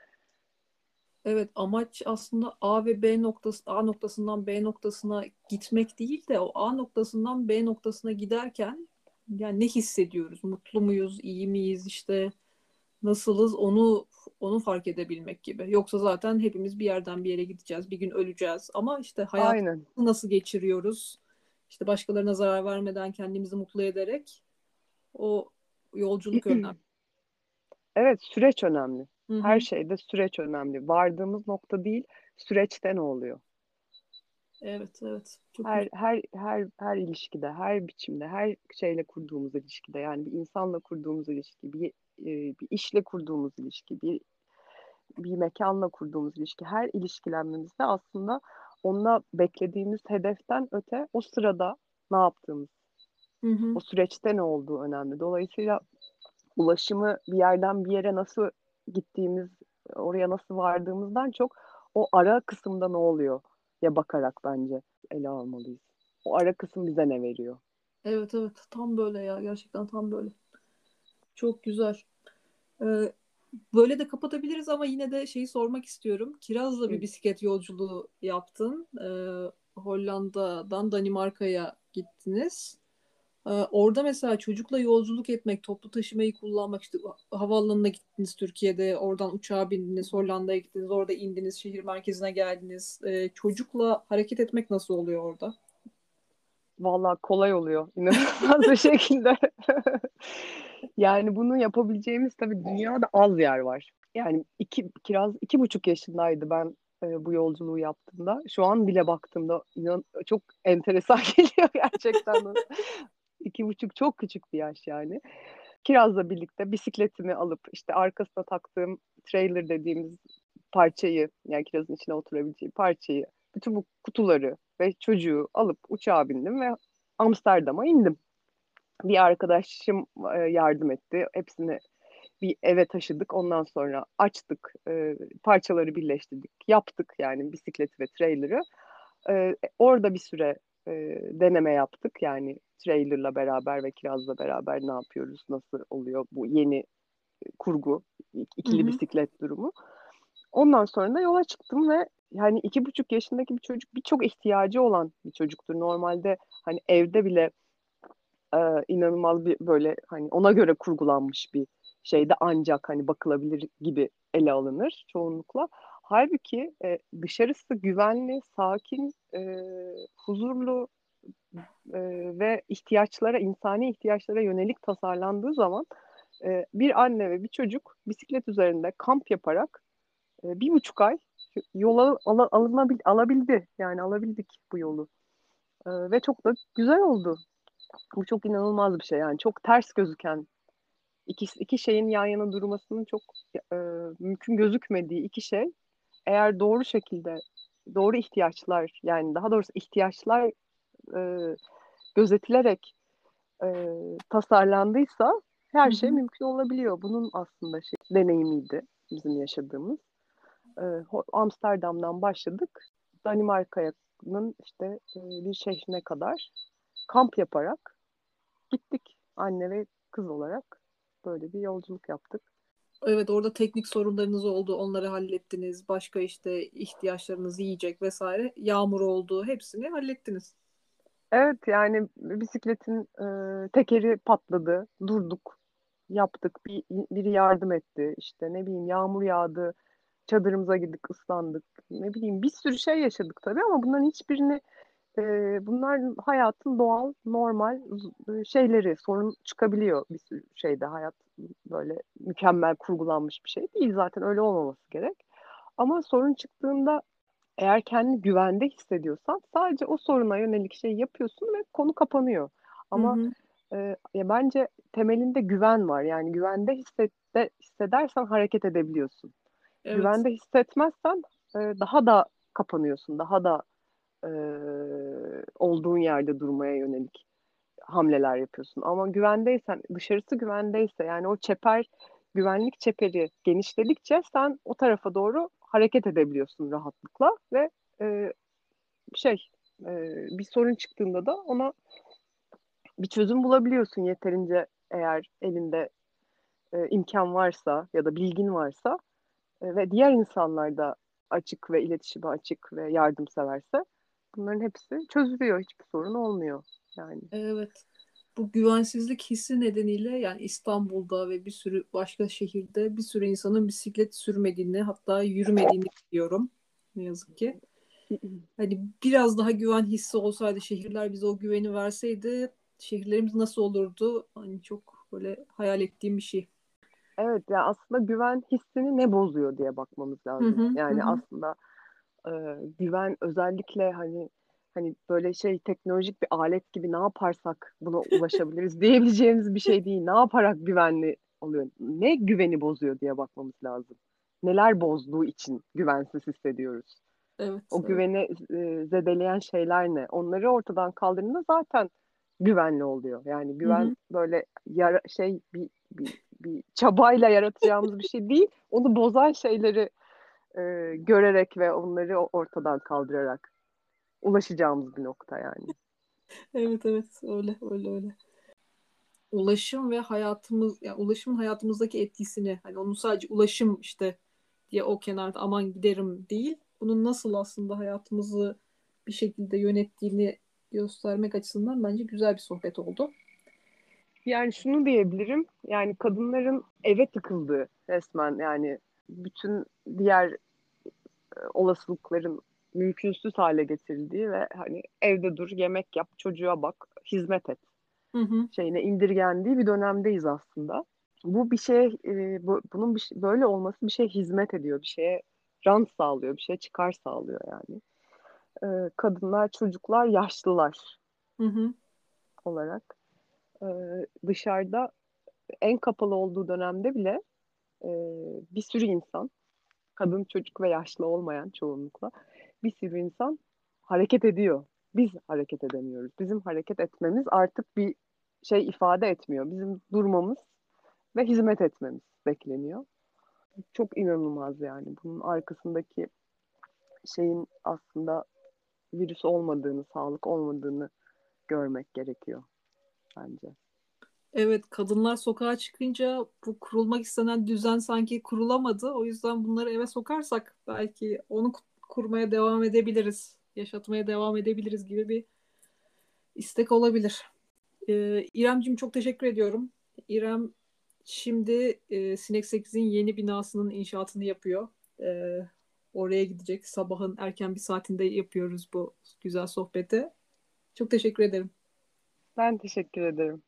Evet, amaç aslında A noktasından B noktasına gitmek değil de o A noktasından B noktasına giderken yani ne hissediyoruz? Mutlu muyuz, iyi miyiz, işte nasılız onu fark edebilmek gibi. Yoksa zaten hepimiz bir yerden bir yere gideceğiz, bir gün öleceğiz. Ama işte hayatı Aynen. nasıl geçiriyoruz? İşte başkalarına zarar vermeden kendimizi mutlu ederek o yolculuk önemli. Evet, süreç önemli. Hı Her hı. şeyde süreç önemli. Vardığımız nokta değil, süreçte ne oluyor? Evet, evet. Çok güzel. Her ilişkide, her biçimde, her şeyle kurduğumuz ilişkide, yani bir insanla kurduğumuz ilişki, bir işle kurduğumuz ilişki, bir mekanla kurduğumuz ilişki, her ilişkilenmemizde aslında onunla beklediğimiz hedeften öte o sırada ne yaptığımız, Hı hı. o süreçte ne olduğu önemli. Dolayısıyla ulaşımı bir yerden bir yere nasıl gittiğimiz, oraya nasıl vardığımızdan çok o ara kısımda ne oluyor ya bakarak bence ele almalıyız. O ara kısım bize ne veriyor? Evet, evet, tam böyle ya, gerçekten tam böyle. Çok güzel. Ee, Böyle de kapatabiliriz ama yine de şeyi sormak istiyorum. Kiraz'la bir Hı. bisiklet yolculuğu yaptın. Hollanda'dan Danimarka'ya gittiniz. Orada mesela çocukla yolculuk etmek, toplu taşımayı kullanmak, işte havaalanına gittiniz Türkiye'de, oradan uçağa bindiniz, Hollanda'ya gittiniz, orada indiniz, şehir merkezine geldiniz. Çocukla hareket etmek nasıl oluyor orada? Vallahi kolay oluyor inanılmaz bir şekilde. Yani bunu yapabileceğimiz tabii dünyada az yer var. Yani Kiraz 2,5 yaşındaydı ben bu yolculuğu yaptığımda. Şu an bile baktığımda çok enteresan geliyor gerçekten. 2,5 çok küçük bir yaş yani. Kiraz'la birlikte bisikletimi alıp işte arkasına taktığım trailer dediğimiz parçayı, yani kirazın içine oturabileceği parçayı, bütün bu kutuları ve çocuğu alıp uçağa bindim ve Amsterdam'a indim. Bir arkadaşım yardım etti. Hepsini bir eve taşıdık. Ondan sonra açtık, parçaları birleştirdik, yaptık yani bisikleti ve trailer'ı. Orada bir süre deneme yaptık. Yani trailerla beraber ve Kiraz'la beraber ne yapıyoruz, nasıl oluyor bu yeni kurgu, Hı ikili hı. bisiklet durumu. Ondan sonra da yola çıktım ve yani 2,5 yaşındaki bir çocuk birçok ihtiyacı olan bir çocuktur. Normalde hani evde bile inanılmaz bir böyle hani ona göre kurgulanmış bir şeyde ancak hani bakılabilir gibi ele alınır çoğunlukla. Halbuki dışarısı güvenli, sakin, huzurlu e, ve insani ihtiyaçlara yönelik tasarlandığı zaman bir anne ve bir çocuk bisiklet üzerinde kamp yaparak 1,5 ay alabildi. Yani alabildik bu yolu. Ve çok da güzel oldu. Bu çok inanılmaz bir şey. Yani çok ters gözüken iki şeyin yan yana durmasının çok e, mümkün gözükmediği iki şey. Eğer doğru şekilde doğru ihtiyaçlar yani daha doğrusu ihtiyaçlar e, gözetilerek tasarlandıysa Hı her şey hı. mümkün olabiliyor. Bunun aslında deneyimiydi bizim yaşadığımız. Amsterdam'dan başladık. Danimarka'nın işte bir şehrine kadar kamp yaparak gittik. Anne ve kız olarak böyle bir yolculuk yaptık. Evet, orada teknik sorunlarınız oldu. Onları hallettiniz. Başka işte ihtiyaçlarınız yiyecek vesaire. Yağmur oldu. Hepsini hallettiniz. Evet yani bisikletin tekeri patladı. Durduk. Yaptık. Biri yardım etti. İşte ne bileyim yağmur yağdı. Çadırımıza gittik, ıslandık. Ne bileyim bir sürü şey yaşadık tabii ama bunların hiçbirini bunlar hayatın doğal, normal şeyleri. Sorun çıkabiliyor bir sürü şeyde. Hayat böyle mükemmel kurgulanmış bir şey değil. Zaten öyle olmaması gerek. Ama sorun çıktığında eğer kendini güvende hissediyorsan sadece o soruna yönelik şey yapıyorsun ve konu kapanıyor. Hı Ama hı. ya bence temelinde güven var. Yani güvende hissedersen hareket edebiliyorsun. Evet. Güvende hissetmezsen daha da kapanıyorsun. Daha da e, olduğun yerde durmaya yönelik hamleler yapıyorsun. Ama güvendeysen, dışarısı güvendeyse yani o güvenlik çeperi genişledikçe sen o tarafa doğru hareket edebiliyorsun rahatlıkla ve e, şey e, bir sorun çıktığında da ona bir çözüm bulabiliyorsun yeterince eğer elinde imkan varsa ya da bilgin varsa ve diğer insanlar da açık ve iletişime açık ve yardımseverse bunların hepsi çözülüyor. Hiçbir sorun olmuyor yani. Evet. Bu güvensizlik hissi nedeniyle yani İstanbul'da ve bir sürü başka şehirde bir sürü insanın bisiklet sürmediğini hatta yürümediğini biliyorum. Ne yazık ki. Hani biraz daha güven hissi olsaydı, şehirler bize o güveni verseydi şehirlerimiz nasıl olurdu? Hani çok böyle hayal ettiğim bir şey. Evet ya aslında güven hissini ne bozuyor diye bakmamız Hı lazım. hı, hı Yani hı. aslında e, güven özellikle hani böyle teknolojik bir alet gibi ne yaparsak buna ulaşabiliriz diyebileceğimiz bir şey değil. Ne yaparak güvenli oluyor? Ne güveni bozuyor diye bakmamız lazım. Neler bozduğu için güvensiz hissediyoruz? Evet, O evet. güveni zedeleyen şeyler ne? Onları ortadan kaldırdığında zaten güvenli oluyor. Yani Hı güven hı. böyle bir çabayla yaratacağımız bir şey değil. Onu bozan şeyleri görerek ve onları ortadan kaldırarak ulaşacağımız bir nokta yani. Evet, evet, öyle öyle öyle. Ulaşım ve hayatımız, yani ulaşımın hayatımızdaki etkisini, hani onu sadece ulaşım işte diye o kenarda aman giderim değil, bunun nasıl aslında hayatımızı bir şekilde yönettiğini göstermek açısından bence güzel bir sohbet oldu. Yani şunu diyebilirim. Yani kadınların eve tıkıldığı resmen yani bütün diğer olasılıkların mümkünsüz hale getirildiği ve hani evde dur, yemek yap, çocuğa bak, hizmet et Hı hı. şeyine indirgendiği bir dönemdeyiz aslında. Bu bir şeye, bunun böyle olması bir şeye hizmet ediyor, bir şeye rant sağlıyor, bir şeye çıkar sağlıyor yani. Kadınlar, çocuklar, yaşlılar Hı hı. olarak e, dışarıda en kapalı olduğu dönemde bile e, bir sürü insan, kadın, çocuk ve yaşlı olmayan çoğunlukla bir sürü insan hareket ediyor. Biz hareket edemiyoruz. Bizim hareket etmemiz artık bir şey ifade etmiyor. Bizim durmamız ve hizmet etmemiz bekleniyor. Çok inanılmaz yani. Bunun arkasındaki şeyin aslında virüs olmadığını, sağlık olmadığını görmek gerekiyor. bence. Evet, kadınlar sokağa çıkınca bu kurulmak istenen düzen sanki kurulamadı. O yüzden bunları eve sokarsak belki onu kurmaya devam edebiliriz, yaşatmaya devam edebiliriz gibi bir istek olabilir. İremcim çok teşekkür ediyorum. İrem şimdi Sinek 8'in yeni binasının inşaatını yapıyor. Oraya gidecek. Sabahın erken bir saatinde yapıyoruz bu güzel sohbeti. Çok teşekkür ederim. Ben teşekkür ederim.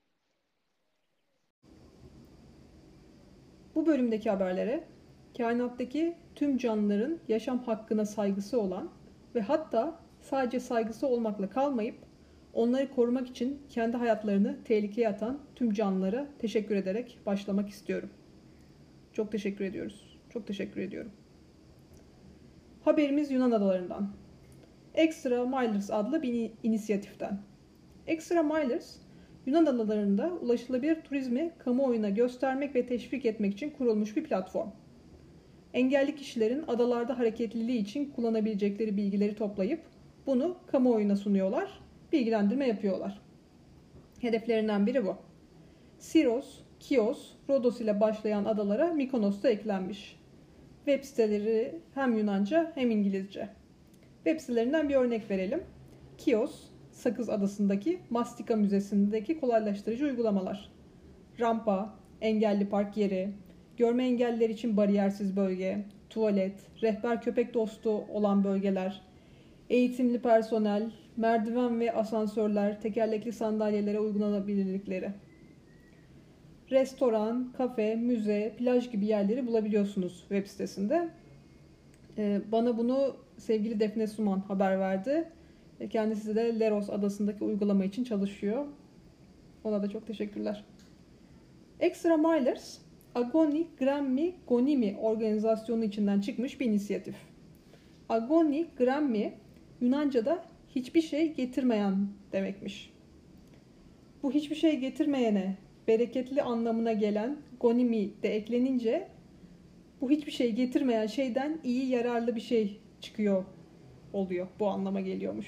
Bu bölümdeki haberlere kainattaki tüm canlıların yaşam hakkına saygısı olan ve hatta sadece saygısı olmakla kalmayıp onları korumak için kendi hayatlarını tehlikeye atan tüm canlılara teşekkür ederek başlamak istiyorum. Çok teşekkür ediyoruz. Çok teşekkür ediyorum. Haberimiz Yunan adalarından. Extra Milers adlı bir inisiyatiften. Extra Milers, Yunan adalarında ulaşılabilir turizmi kamuoyuna göstermek ve teşvik etmek için kurulmuş bir platform. Engelli kişilerin adalarda hareketliliği için kullanabilecekleri bilgileri toplayıp bunu kamuoyuna sunuyorlar, bilgilendirme yapıyorlar. Hedeflerinden biri bu. Siros, Kios, Rodos ile başlayan adalara Mikonos da eklenmiş. Web siteleri hem Yunanca hem İngilizce. Web sitelerinden bir örnek verelim. Kios, Sakız Adası'ndaki Mastika Müzesi'ndeki kolaylaştırıcı uygulamalar. Rampa, engelli park yeri, görme engelliler için bariyersiz bölge, tuvalet, rehber köpek dostu olan bölgeler, eğitimli personel, merdiven ve asansörler, tekerlekli sandalyelere uygulanabilirlikleri. Restoran, kafe, müze, plaj gibi yerleri bulabiliyorsunuz web sitesinde. Bana bunu sevgili Defne Suman haber verdi. Kendisi de Leros adasındaki uygulama için çalışıyor. Ona da çok teşekkürler. Extra Milers, Agoni Grammy Gonimi organizasyonu içinden çıkmış bir inisiyatif. Agoni Grammy, Yunanca'da hiçbir şey getirmeyen demekmiş. Bu hiçbir şey getirmeyene bereketli anlamına gelen gonimi de eklenince bu hiçbir şey getirmeyen şeyden iyi, yararlı bir şey çıkıyor oluyor. Bu anlama geliyormuş.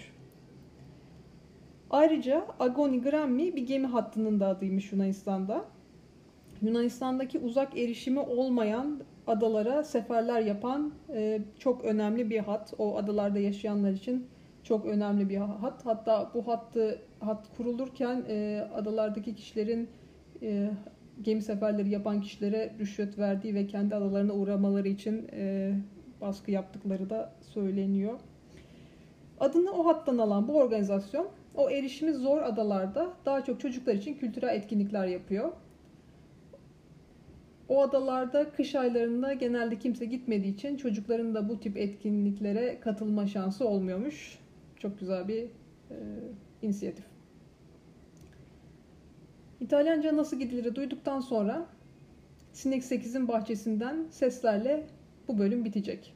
Ayrıca Agoni Grammy bir gemi hattının da adıymış Yunanistan'da. Yunanistan'daki uzak erişimi olmayan adalara seferler yapan çok önemli bir hat. O adalarda yaşayanlar için çok önemli bir hat. Hatta bu hat kurulurken adalardaki kişilerin gemi seferleri yapan kişilere rüşvet verdiği ve kendi adalarına uğramaları için baskı yaptıkları da söyleniyor. Adını o hattan alan bu organizasyon o erişimi zor adalarda daha çok çocuklar için kültürel etkinlikler yapıyor. O adalarda kış aylarında genelde kimse gitmediği için çocukların da bu tip etkinliklere katılma şansı olmuyormuş. Çok güzel bir inisiyatif. İtalyanca nasıl gidilir duyduktan sonra Sinek 8'in bahçesinden seslerle bu bölüm bitecek.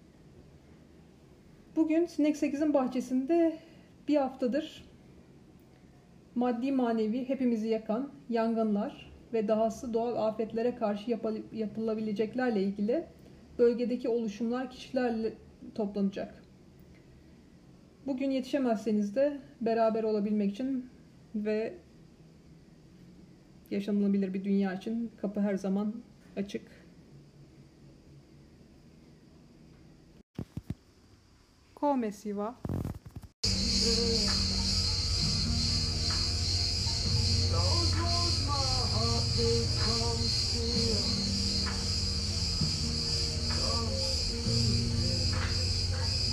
Bugün Sinek 8'in bahçesinde bir haftadır maddi manevi hepimizi yakan yangınlar ve dahası doğal afetlere karşı yapılabileceklerle ilgili bölgedeki oluşumlar kişilerle toplanacak. Bugün yetişemezseniz de beraber olabilmek için ve yaşanılabilir bir dünya için kapı her zaman açık. Come si va?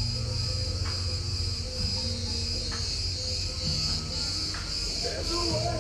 There's a way.